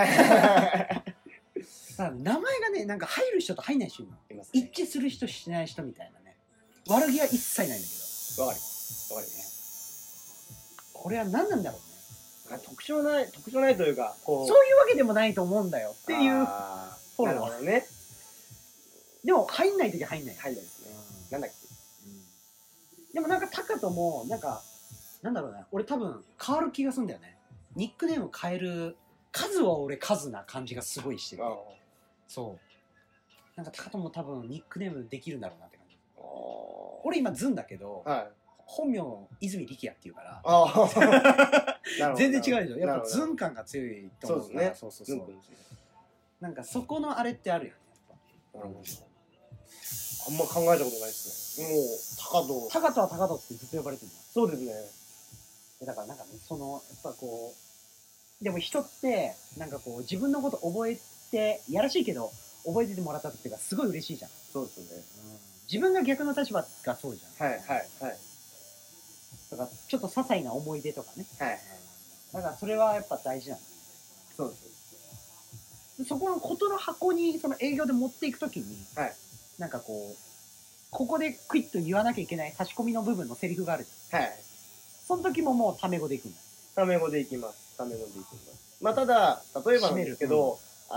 名前がね、なんか入る人と入んない人いるの、一致する人しない人みたいなね。 悪気は一切ないんだけど。わかりますね。 これは何なんだろうね。 特徴ないというか、 こうそういうわけでもないと思うんだよっていうフォロー。なるほどね。でも入んない時は入んないですね。なんだっけ。 でもなんかタカトもなんかなんだろうね、俺多分変わる気がするんだよね。ニックネーム変える数は俺数な感じがすごいしてる。そうなんかタカトも多分ニックネームできるんだろうなって感じ。俺今ズンだけど、本名泉力也っていうから全然違うでしょ。やっぱズン感が強いと思うから。そうなんかそこのあれってあるよね。やっぱあんま考えたことないですね。もうタカトはタカトってずっと呼ばれてるんだ。 そうですね。 だからなんかね、そのやっぱこうでも人ってなんかこう自分のこと覚えてやらしいけど覚えててもらった時がすごい嬉しいじゃん。 そうですよね。 自分が逆の立場がそうじゃん。 はい。 だからちょっと些細な思い出とかね。だからそれはやっぱ大事なんだ。そうです。そこのことの箱にその営業で持っていくときに、なんかこうここでクイッと言わなきゃいけない差し込みの部分のセリフがあるじゃん。その時ももうタメ語でいくんだ。 タメ語でいきます。まあただ例えばなんですけど、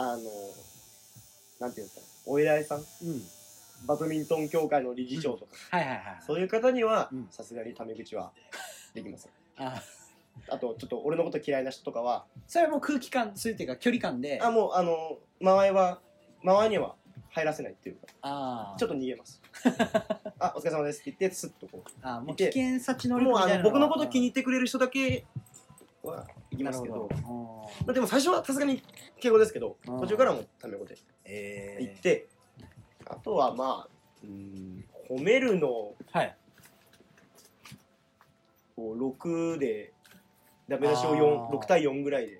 なんていうんですか、お偉いさん、バドミントン協会の理事長とか、そういう方にはさすがにタメ口はできません。あとちょっと俺のこと嫌いな人とかは、 それはもう空気感、そういうていうか距離感で、 もう周りには入らせないっていうか、ちょっと逃げます。お疲れ様ですって言ってスッとこう。 もう危険察知能力みたいなのは。 もう僕のこと気に入ってくれる人だけは行きますけど、でも最初はさすがに敬語ですけど、途中からもタメ語で行って、あとはまあ褒めるの6でダメ出しを6対4ぐらいで。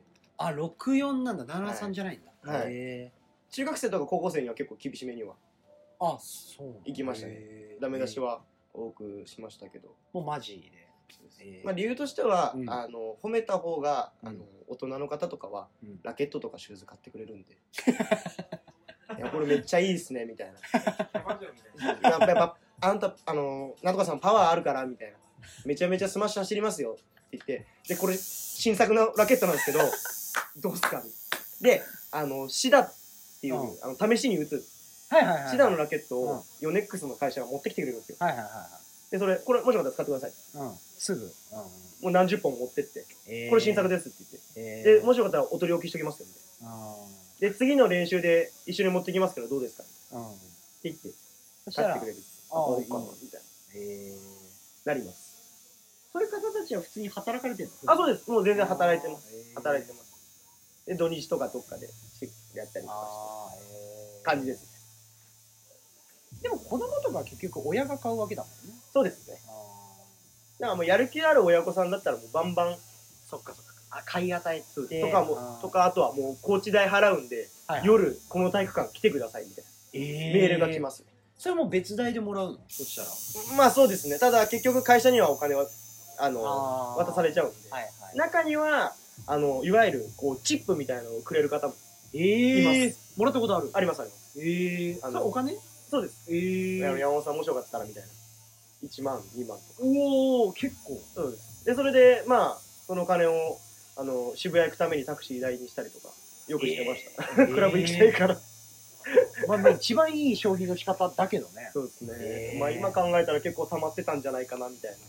64なんだ。73じゃないんだ。 中学生とか高校生には結構厳しめには行きましたね。ダメ出しは多くしましたけど。 もうマジで。 理由としては褒めた方が大人の方とかはラケットとかシューズ買ってくれるんで、いやこれめっちゃいいですねみたいな。やっぱあんたなんとかさんパワーあるからみたいな、めちゃめちゃスマッシュ走りますよって言って、でこれ新作のラケットなんですけどどうすかで、シダっていう試しに打つシダのラケットをヨネックスの会社が持ってきてくれるんですよ。でこれもしよかったら使ってください。 すぐもう何十本持ってってこれ新作ですって言って、でもしよかったらお取り置きしときますよみたいな。で次の練習で一緒に持ってきますからどうですかって言って買ってくれる。あみたいななります。 そういう方たちは普通に働かれてるの？そうです。もう全然働いてます。で土日とかどっかでやったりとかして感じですね。 でも子供とか結局親が買うわけだもんね。 そうですね。だからもうやる気ある親御さんだったらもうバンバン買い与えてとかあとはもうコーチ代払うんで夜この体育館来てくださいみたいなメールが来ます。 それも別代でもらうの？そしたらまあそうですね。ただ結局会社にはお金は渡されちゃうんで、中にはいわゆるこうチップみたいなのをくれる方もいます。 もらったことある？ あります。 それお金？ そうです。山本さんもしよかったらみたいな1万2万とか。 おお結構。 そうです。でそれでまあその金を渋谷行くためにタクシー代にしたりとかよくしてました。クラブ行きたいから。 まあ一番いい消費の仕方だけどね。 そうですね。まあ今考えたら結構溜まってたんじゃないかなみたいな。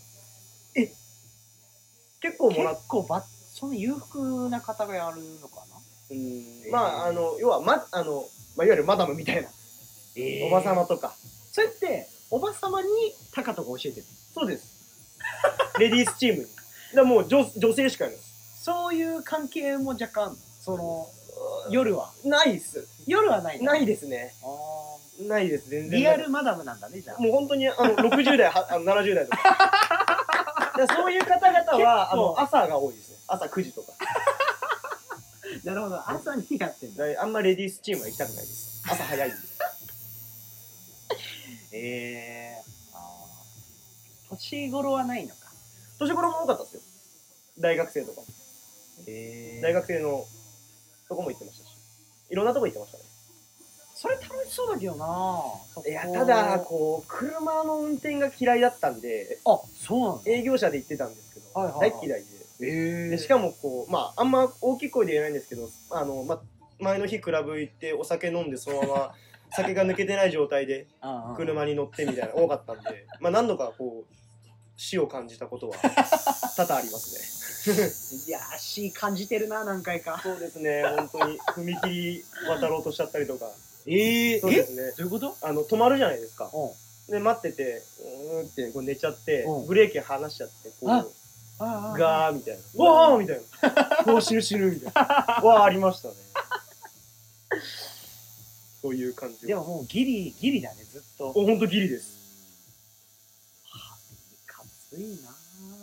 結構もらっその裕福な方がやるのかな。 まあ要はいわゆるマダムみたいなおばさまとか。 それっておばさまにタカトが教えてる？ そうです。レディースチームに。だもう女性しかいない。 そういう関係も若干その夜はないっす。 夜はない。 ないですね。ないです。全然リアルマダムなんだね。じゃあもう本当に60代70代とか。そういう方々は朝が多いですね。朝9時とか。 なるほど。朝にやってんだ。 あんまレディースチームは行きたくないです。朝早いんで。 年頃はないのか。 年頃も多かったですよ。大学生とか。大学生のとこも行ってましたし、いろんなとこ行ってましたね。 それ楽しそうだけどな。 いや、ただこう車の運転が嫌いだったんで、 あ、そうなの。 営業車で行ってたんですけど、大嫌いで。でしかもこう、まああんま大きい声で言えないんですけど、前の日クラブ行ってお酒飲んでそのまま酒が抜けてない状態で車に乗ってみたいな多かったんで、まあ何度かこう死を感じたことは多々ありますね。いやー、死感じてるな、何回か。 そうですね、本当に踏切渡ろうとしちゃったりとか。 そうですね。どういうこと？ 止まるじゃないですか。で待っててってこう寝ちゃってブレーキ離しちゃってこうガーみたいな、わーみたいな、こう死ぬみたいなわーありましたね。そういう感じ。 でももうギリだね、ずっと。 ほんとギリです。 かついな。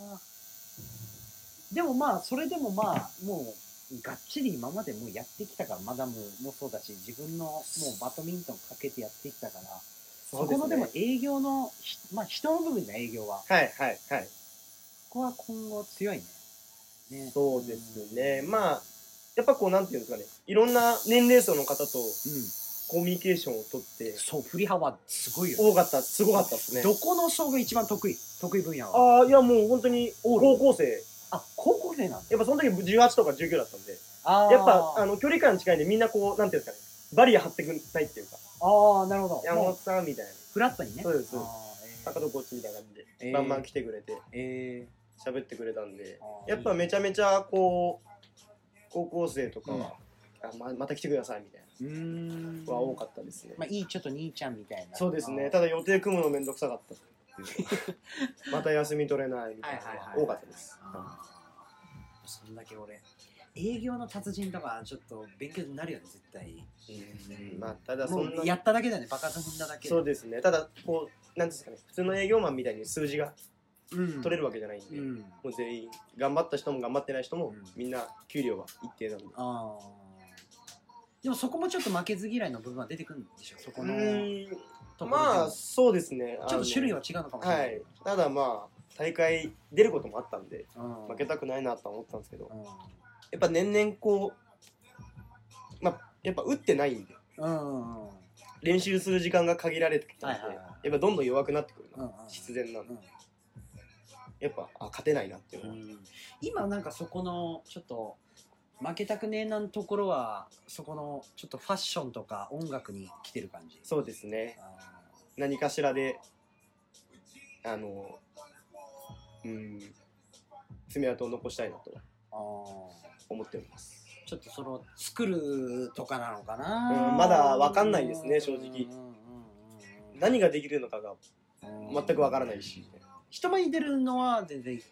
でもまあそれでもまあもうがっちり今までもうやってきたから、マダムもそうだし自分のもうバドミントンかけてやってきたから、そこのでも営業のまあ人の部分だ、営業は。 はい。 ここは今後強いね。 そうですね。まあやっぱこうなんていうんですかね、いろんな年齢層の方とコミュニケーションを取って、 そう、振り幅すごいよ。 すごかったですね。 どこの層が一番得意分野は？ いやもう本当に高校生。 高校生なんだ。 やっぱその時18とか19だったんで、やっぱ距離感近いんでみんなこうなんていうんですかね、バリア張ってくんないっていうか。 なるほど。 山本さんみたいな。 フラットにね。 そうです。赤とこっちみたいな感じでバンバン来てくれて喋ってくれたんで、やっぱめちゃめちゃこう高校生とかはまた来てくださいみたいなは多かったですね。 まあいいちょっと兄ちゃんみたいな。 そうですね。ただ予定組むのめんどくさかったまた休み取れないみたいなのが多かったです。 そんだけ俺営業の達人とかちょっと勉強になるよね、絶対。 まあただそんなやっただけだね、バカ踏んだだけ。 そうですね。ただこうなんですかね、普通の営業マンみたいに数字が取れるわけじゃないんで、もう全員頑張った人も頑張ってない人もみんな給料は一定なんで。 でもそこもちょっと負けず嫌いの部分は出てくるんでしょ、そこの。 まあそうですね。 ちょっと種類は違うのかもしれない。 ただまあ大会出ることもあったんで負けたくないなとは思ってたんですけど、やっぱ年々こうやっぱ打ってないんで練習する時間が限られてきたんで、やっぱどんどん弱くなってくるの必然なんで、やっぱ勝てないなっていうのは。 今なんかそこのちょっと負けたくねえなんところは、そこのちょっとファッションとか音楽に来てる感じ。 そうですね。何かしらで爪痕を残したいなと思っております。 ちょっとその作るとかなのかな。 まだ分かんないですね、正直。何ができるのかが全く分からないし。 人前に出るのは全然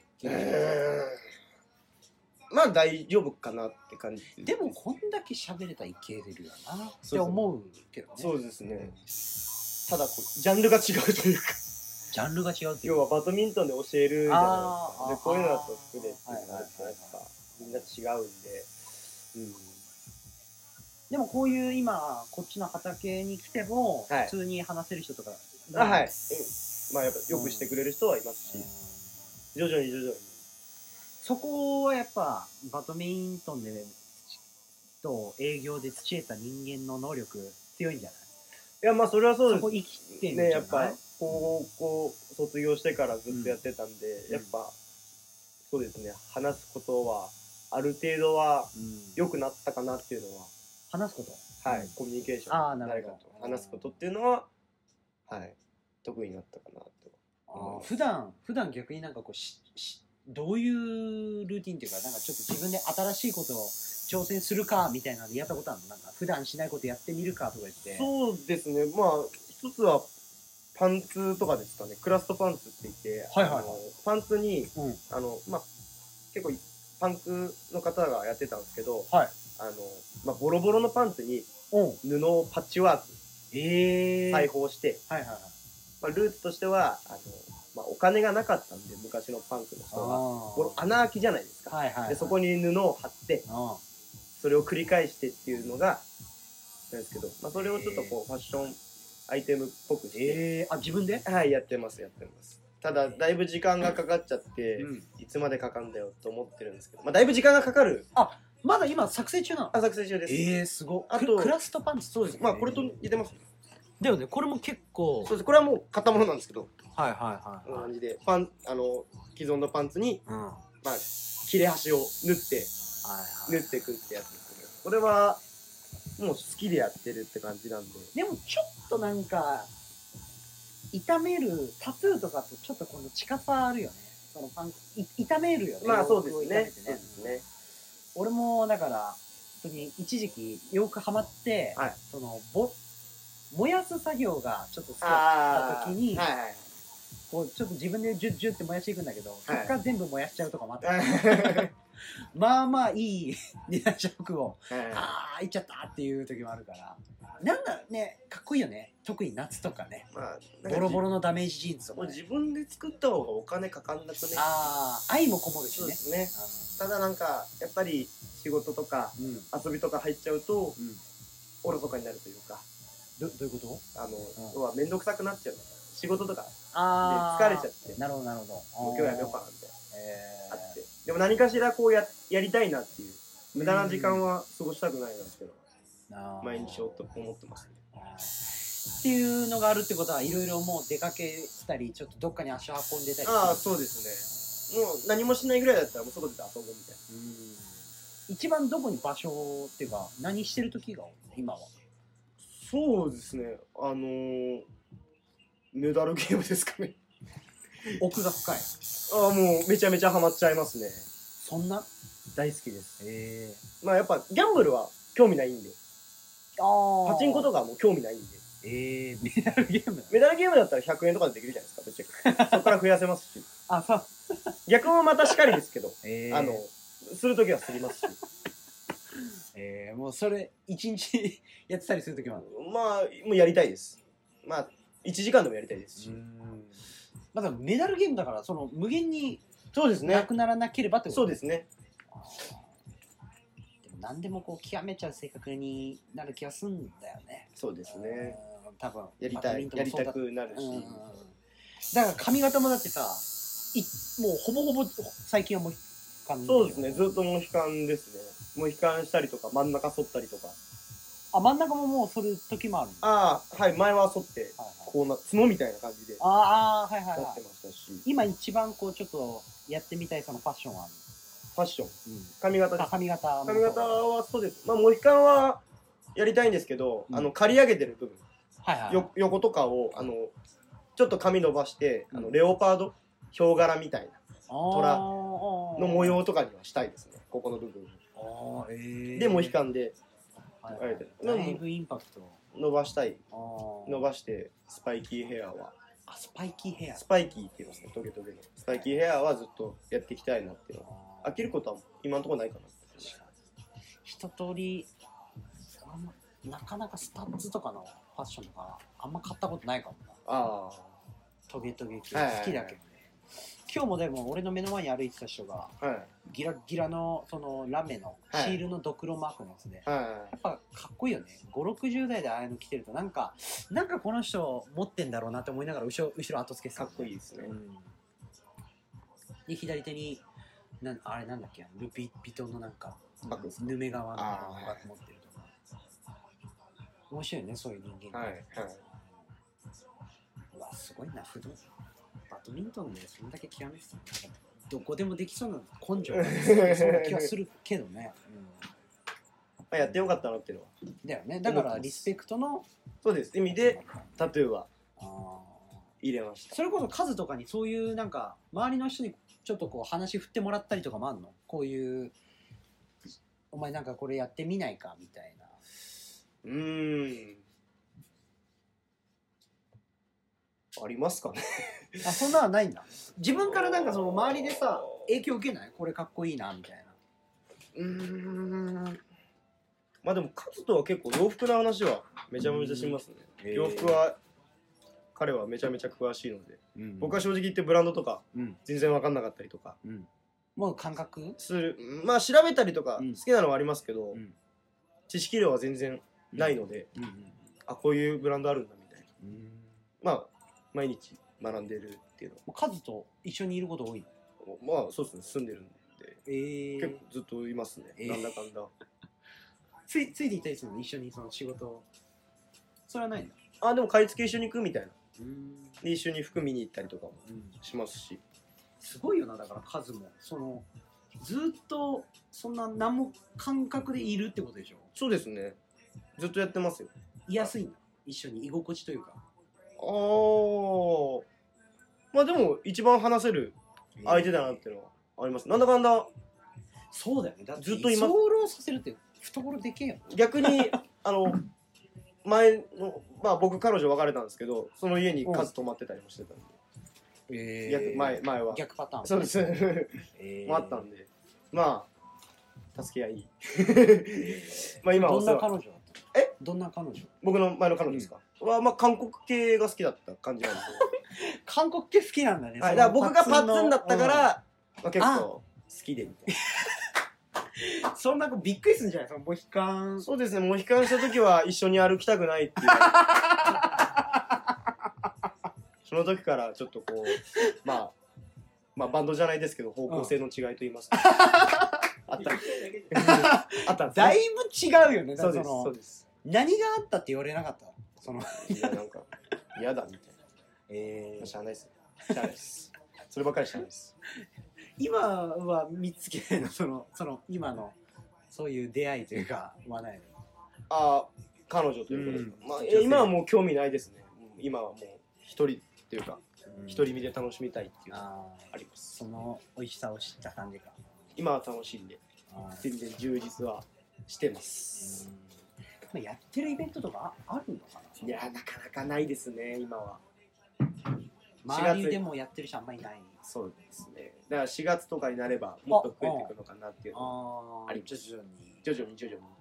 まあ大丈夫かなって感じ。 でもこんだけ喋れたらいけるよなって思うけどね。 そうですね。ただジャンルが違うというか。 ジャンルが違うって。 要はバドミントンで教えるじゃないですか。でこういうのだと服でってなるとやっぱみんな違うんで。 でもこういう今こっちの畑に来ても普通に話せる人とか。 まあやっぱよくしてくれる人はいますし、徐々にそこはやっぱバドミントンでと営業で培えた人間の能力強いんじゃない？ いやまあそれはそうです。 そこ生きてんじゃない？ やっぱ高校卒業してからずっとやってたんで、やっぱそうですね、話すことはある程度は良くなったかなっていうのは。 話すこと？ はい、コミュニケーション、誰かと話すことっていうのは得意になったかなと。 普段逆になんかこうどういうルーティンっていうか、なんかちょっと自分で新しいことを挑戦するかみたいなのでやったことあるの？なんか普段しないことやってみるかとか言って。 そうですね。まあ一つはパンツとかですかね。クラストパンツって言って、パンツに結構パンツの方がやってたんですけど、ボロボロのパンツに布をパッチワーク裁縫して、ルーツとしてはお金がなかったんで、昔のパンクの人は穴開きじゃないですか。でそこに布を貼ってそれを繰り返してっていうのがなんですけど、それをちょっとこうファッションアイテムっぽくして、 自分でやってます。ただだいぶ時間がかかっちゃって、いつまでかかんだよと思ってるんですけど、だいぶ時間がかかる。 まだ今作成中なの？ 作成中です。 すごい。あとクラストパンツ。そうですね。 これと似てます。 だよね、これも結構。 そうです、これはもう買ったものなんですけど。 はいはいはい。 こんな感じで、既存のパンツに、まあ、切れ端を縫っていくってやつですけど、これは、もう好きでやってるって感じなんで。 でもちょっとなんか、痛める、タトゥーとかとちょっとこの近さあるよね。そのパン痛めるよね。 まあそうですね。そうですね。 俺もだから、本当に一時期よくハマって、その燃やす作業がちょっと好きだった時に、こうちょっと自分でジュッジュって燃やしていくんだけど、そっから全部燃やしちゃうとかもあった。まあまあいい二段ショックを、ああ、いっちゃったっていう時もあるから。なんだね、かっこいいよね。特に夏とかね。ボロボロのダメージジーンズとか、ね。 自分で作った方がお金かかんなくね。 ああ、愛もこもるしね。 そうですね。ただなんか、やっぱり仕事とか、遊びとか入っちゃうと、おろそかになるというか。 どういうこと？ 要はめんどくさくなっちゃう。仕事とかで疲れちゃって。 なるほどなるほど。 今日やめようかなみたいな。あって。でも何かしらこうやりたいなっていう。無駄な時間は過ごしたくないなんですけど。毎日しようと思ってますね。 っていうのがあるってことは、いろいろもう出かけたり、ちょっとどっかに足を運んでたり。 ああ、そうですね。もう何もしないぐらいだったらもう外で遊ぶみたいな。 一番どこに場所っていうか、何してる時が今は？ そうですね。メダルゲームですかね。 奥が深い。 ああ、もうめちゃめちゃハマっちゃいますね。 そんな大好きです。 まあやっぱギャンブルは興味ないんで。パチンコとかも興味ないんで。 メダルゲームメダルゲームだったら100円とかでできるじゃないですか、ぶっちゃけ。そこから増やせますし。 あ、そう。 逆もまたしかりですけど、するときはすりますし。 もうそれ、1日やってたりするときもある？ まあ、もうやりたいです。まあ、1時間でもやりたいですし。 まだメダルゲームだから、その無限にそうですね。 なくならなければってこと？ そうですね。 何でもこう極めちゃう性格になる気がするんだよね。 そうですね。 多分やりたくなるし。 だから髪型もだってさ、もうほぼほぼ最近はモヒカン。 そうですね。ずっとモヒカンですね。モヒカンしたりとか真ん中剃ったりとか。 あ、真ん中ももう剃る時もある。 ああ、はい。前は剃ってこうな角みたいな感じで。 ああ、はいはい。 やってましたし。 今一番こうちょっとやってみたいそのファッションはある。 ファッション、髪型です。 髪型はそうです。まあモヒカンはやりたいんですけど、刈り上げてる部分、横とかをちょっと髪伸ばして、レオパードヒョウ柄みたいな虎の模様とかにはしたいですね。ここの部分でモヒカンでだいぶインパクト伸ばしたい。伸ばしてスパイキーヘアは。 スパイキーヘア。 スパイキーって言いますね。トゲトゲのスパイキーヘアはずっとやっていきたいなっていうのは。飽きることは今のところないかな。 一通りなかなかスタッツとかのファッションとかあんま買ったことないかもな。トゲトゲ系好きだけどね。今日もでも俺の目の前に歩いてた人が、ギラギラのそのラメのシールのドクロマークのやつで、やっぱかっこいいよね。5、60代でああいうの着てるとなんかこの人持ってんだろうなって思いながら後ろ後付けかっこいいですね。 で左手にあれなんだっけ、ルピビトンのなんかヌメ革のバッグ持ってるとか。面白いね、そういう人間が。うわ、すごいな、バドミントンでそんだけ極めてたのどこでもできそうな根性がそうな気はするけどね。 やってよかったなっていうのは。 だよね。だからリスペクトのそうです意味でタトゥーは入れました。 それこそ数とかにそういうなんか周りの人にちょっとこう話振ってもらったりとかもあるの？こういうお前なんかこれやってみないかみたいな。 ありますかね。 そんなのないんだ。自分からなんかその周りでさ影響受けない？これかっこいいなみたいな。 まあでもカズとは結構洋服の話はめちゃめちゃしますね。洋服は彼はめちゃめちゃ詳しいので、僕は正直言ってブランドとか全然分かんなかったりとか、 もう感覚する。まあ調べたりとか好きなのはありますけど、知識量は全然ないので、こういうブランドあるんだみたいな。まあ毎日学んでるっていうの。 カズと一緒にいること多い？ まあそうですね、住んでるんで、結構ずっといますね。なんだかんだ。 ついていったりするの？一緒にその仕事。それはないんだ。 でも買い付け一緒に行くみたいな。で一緒に服見に行ったりとかもしますし、 すごいよな。だから数もずっとそんな何も感覚でいるってことでしょ。 そうですね、ずっとやってますよ。 居やすいんだ、一緒に居心地というか。 まあでも一番話せる相手だなっていうのはあります。なんだかんだ。 そうだよね。だってずっと今居候させるって懐でけえよ。 逆に前の僕彼女別れたんですけど、その家に数泊まってたりもしてたんで、前は逆パターン。 そうですもあったんで、助け合い今はどんな彼女だった？どんな彼女？ 僕の前の彼女ですか？韓国系が好きだった感じなんで韓国系好きなんだね。 だから僕がパッツンだったから結構好きでみたいな。 そんなびっくりするんじゃないですか、モヒカン。 そうですね、モヒカンした時は一緒に歩きたくないっていうその時からちょっとこうバンドじゃないですけど方向性の違いと言いますか、あったんですね。 だいぶ違うよね。 そうですそうです。 何があったって言われなかった？ いやなんか嫌だみたいな。しゃあないですしゃあないです。そればっかりしゃあないです。 今は見つけないの？今のそういう出会いというかはないの？彼女ということですか？今はもう興味ないですね。今はもう一人っていうか一人身で楽しみたいっていうのがあります。 その美味しさを知った感じか。 今は楽しんで全然充実はしてます。 やってるイベントとかあるのかな？ いやなかなかないですね今は。 周りでもやってる人あんまりいない。 そうですね。だから4月とかになればもっと増えていくのかなっていうのはあります。徐々に。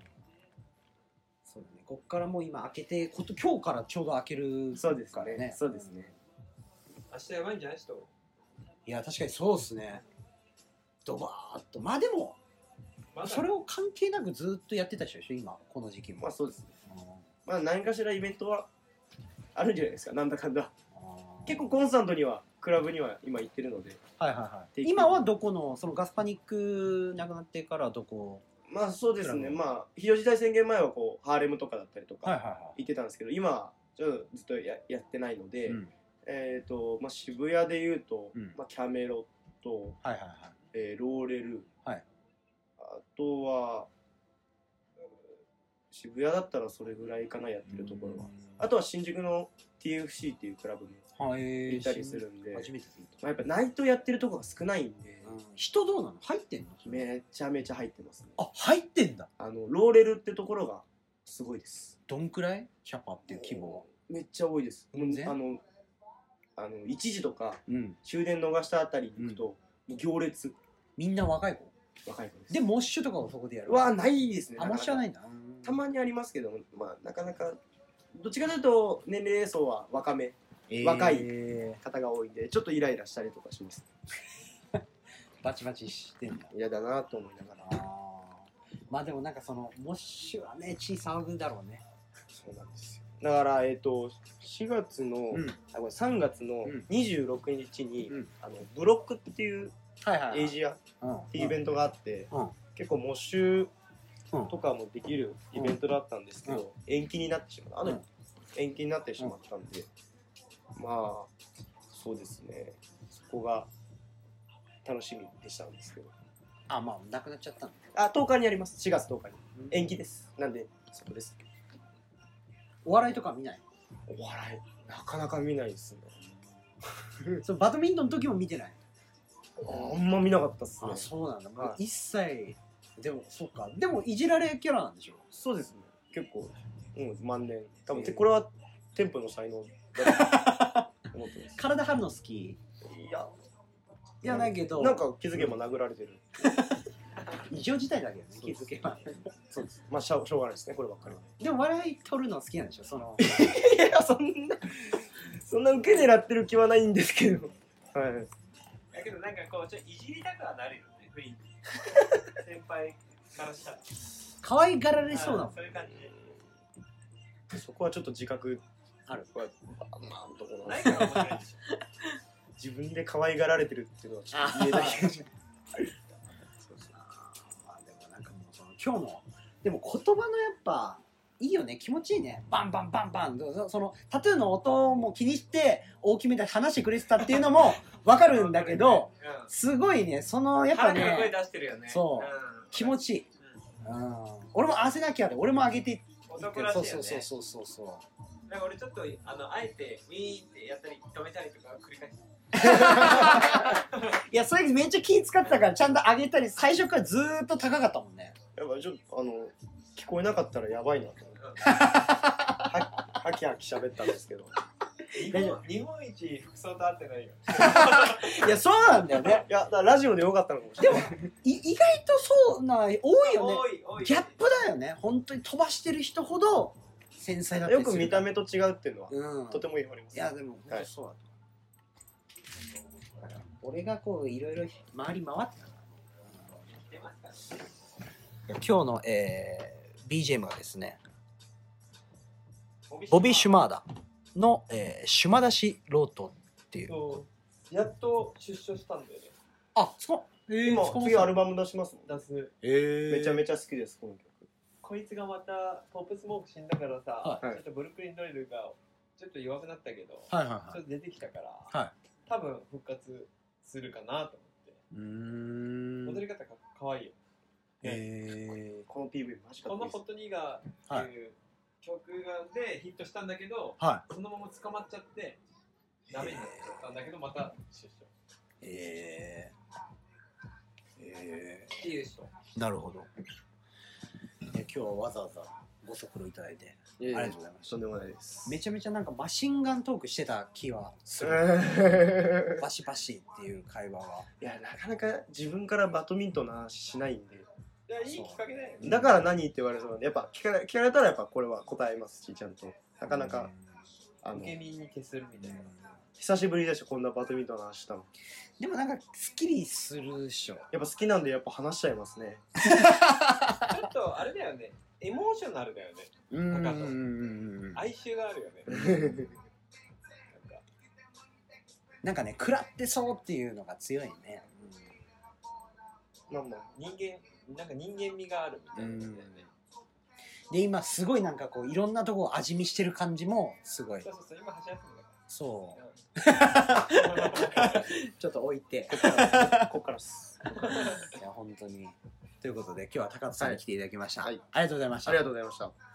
そうだね。こっからもう今開けて今日からちょうど開けるからね。 そうですね。 明日やばいんじゃない人？ いや確かにそうですね。ドバーッとでもそれを関係なくずっとやってた人でしょ今この時期も。 そうですね。何かしらイベントはあるんじゃないですか、なんだかんだ。結構コンスタントにはクラブには今行ってるので。 今はどこのガスパニックなくなってからどこ？ そうですね。非常事態宣言前はハーレムとかだったりとか行ってたんですけど、今はちょっとずっとやってないので、渋谷でいうとキャメロット、ローレル、あとは渋谷だったらそれぐらいかな、やってるところは。あとは新宿の TFC っていうクラブもいたりするんで、やっぱナイトやってるとこが少ないんで。 人どうなの？入ってんの？ めちゃめちゃ入ってますね。 入ってんだ。 ローレルってところがすごいです。 どんくらいキャパっていう規模は？ めっちゃ多いです。1時とか終電逃したあたりに行くと行列。 みんな若い子です。でモッシュとかをそこでやる？ ないですね。 モッシュはないんだ。 たまにありますけど、なかなかどっちかというと年齢層は若い方が多いんで、ちょっとイライラしたりとかします。 バチバチしてんだ。 嫌だなと思いながら。 でもモッシュはね血騒ぐだろうね。 そうなんですよ。だから4月の3月の26日にブロックっていうエイジアっていうイベントがあって、結構モッシュとかもできるイベントだったんですけど、延期になってしまった。延期になってしまったんで、そうですね。そこが楽しみでしたんですけど。 なくなっちゃったの ？10日にあります。4月10日に。延期です。なんでそこです。 お笑いとか見ない？ お笑いなかなか見ないですね。 バドミントンの時も見てない？ あんま見なかったっすね。 そうなんだ。一切。でもそうか。でもいじられキャラなんでしょ？ そうですね。結構万年。多分これはテンポの才能だと思ってます。 体張るの好き？いやないけど。 なんか気づけば殴られてる。 異常事態だけどね、気づけば。 そうです。しょうがないですね、こればっかりは。 でも笑い取るの好きなんでしょ？ いや、そんな受け狙ってる気はないんですけど。 だけどちょっといじりたくはなるよね、雰囲気。先輩からしたら。 可愛がられそうな。 そういう感じ。 そこはちょっと自覚ある。 ないから面白いでしょ。 自分で可愛がられてるっていうのはちょっと言えない。 でも今日のでも言葉のやっぱいいよね、気持ちいいね。バンバンバンバン。そのタトゥーの音も気にして大きめで話してくれてたっていうのも分かるんだけど、すごいね、そのやっぱね、 声出してるよね。 そう、気持ちいい。俺も合わせなきゃで、俺も上げていって。 男らしいよね。 そう。 なんか俺ちょっとあえてウィーンってやったり止めたりとか繰り返して。 いや、それめっちゃ気使ってたからちゃんと上げたり、最初からずーっと高かったもんね。 やっぱちょっと聞こえなかったらやばいなと思ってはきはき喋ったんですけど、 日本一服装と合ってないよ。 いや、そうなんだよね。 いや、だからラジオでよかったのかもしれない。 でも意外とそうな多いよね。ギャップだよね。本当に飛ばしてる人ほど繊細だったりする。 よく見た目と違うっていうのは、とてもいいあります。 いや、でも本当そうだと。俺がこういろいろ回り回ってたから。今日の、BGM がですね、ボビー・シュマーダの、シュマダシロートっていう。 やっと出所したんだよね。 あ、そう。 今次アルバム出しますもん。 出す。 めちゃめちゃ好きですこの曲。 こいつがまたポップスモーク死んだからさ、ちょっとブルックリンドリルがちょっと弱くなったけど、ちょっと出てきたから、多分復活するかなと思って。踊り方が可愛いよ。 この PV マジかっこいいです。 このホットニーガーっていう曲でヒットしたんだけど、そのまま捕まっちゃってダメになっちゃったんだけど、また出所。っていう人。 なるほど。今日はわざわざご足労いただいてありがとうございます。 とんでもないです。 めちゃめちゃなんかマシンガントークしてた気はする。バシバシっていう会話は。 いや、なかなか自分からバドミントンの話しないんで。 いや、いいきっかけだよね。 だから何って言われそうなんで、やっぱ聞かれたらやっぱこれは答えますし、ちゃんと。なかなか受け身に徹するみたいな。 久しぶりでしょ、こんなバドミントンの話したの。 でもなんかスッキリするでしょ。 やっぱ好きなんでやっぱ話しちゃいますね。 ちょっとあれだよね。エモーショナルだよね。哀愁があるよね。 なんかね、食らってそうっていうのが強いね。 なんか人間味があるみたいな、ね。 で今すごいなんかこういろんなとこを味見してる感じもすごい。 そう今箸休みだから。 そう。ちょっと置いて。 こっからっす。 いや本当に。ということで今日は高田さんに来ていただきました。ありがとうございました。 ありがとうございました。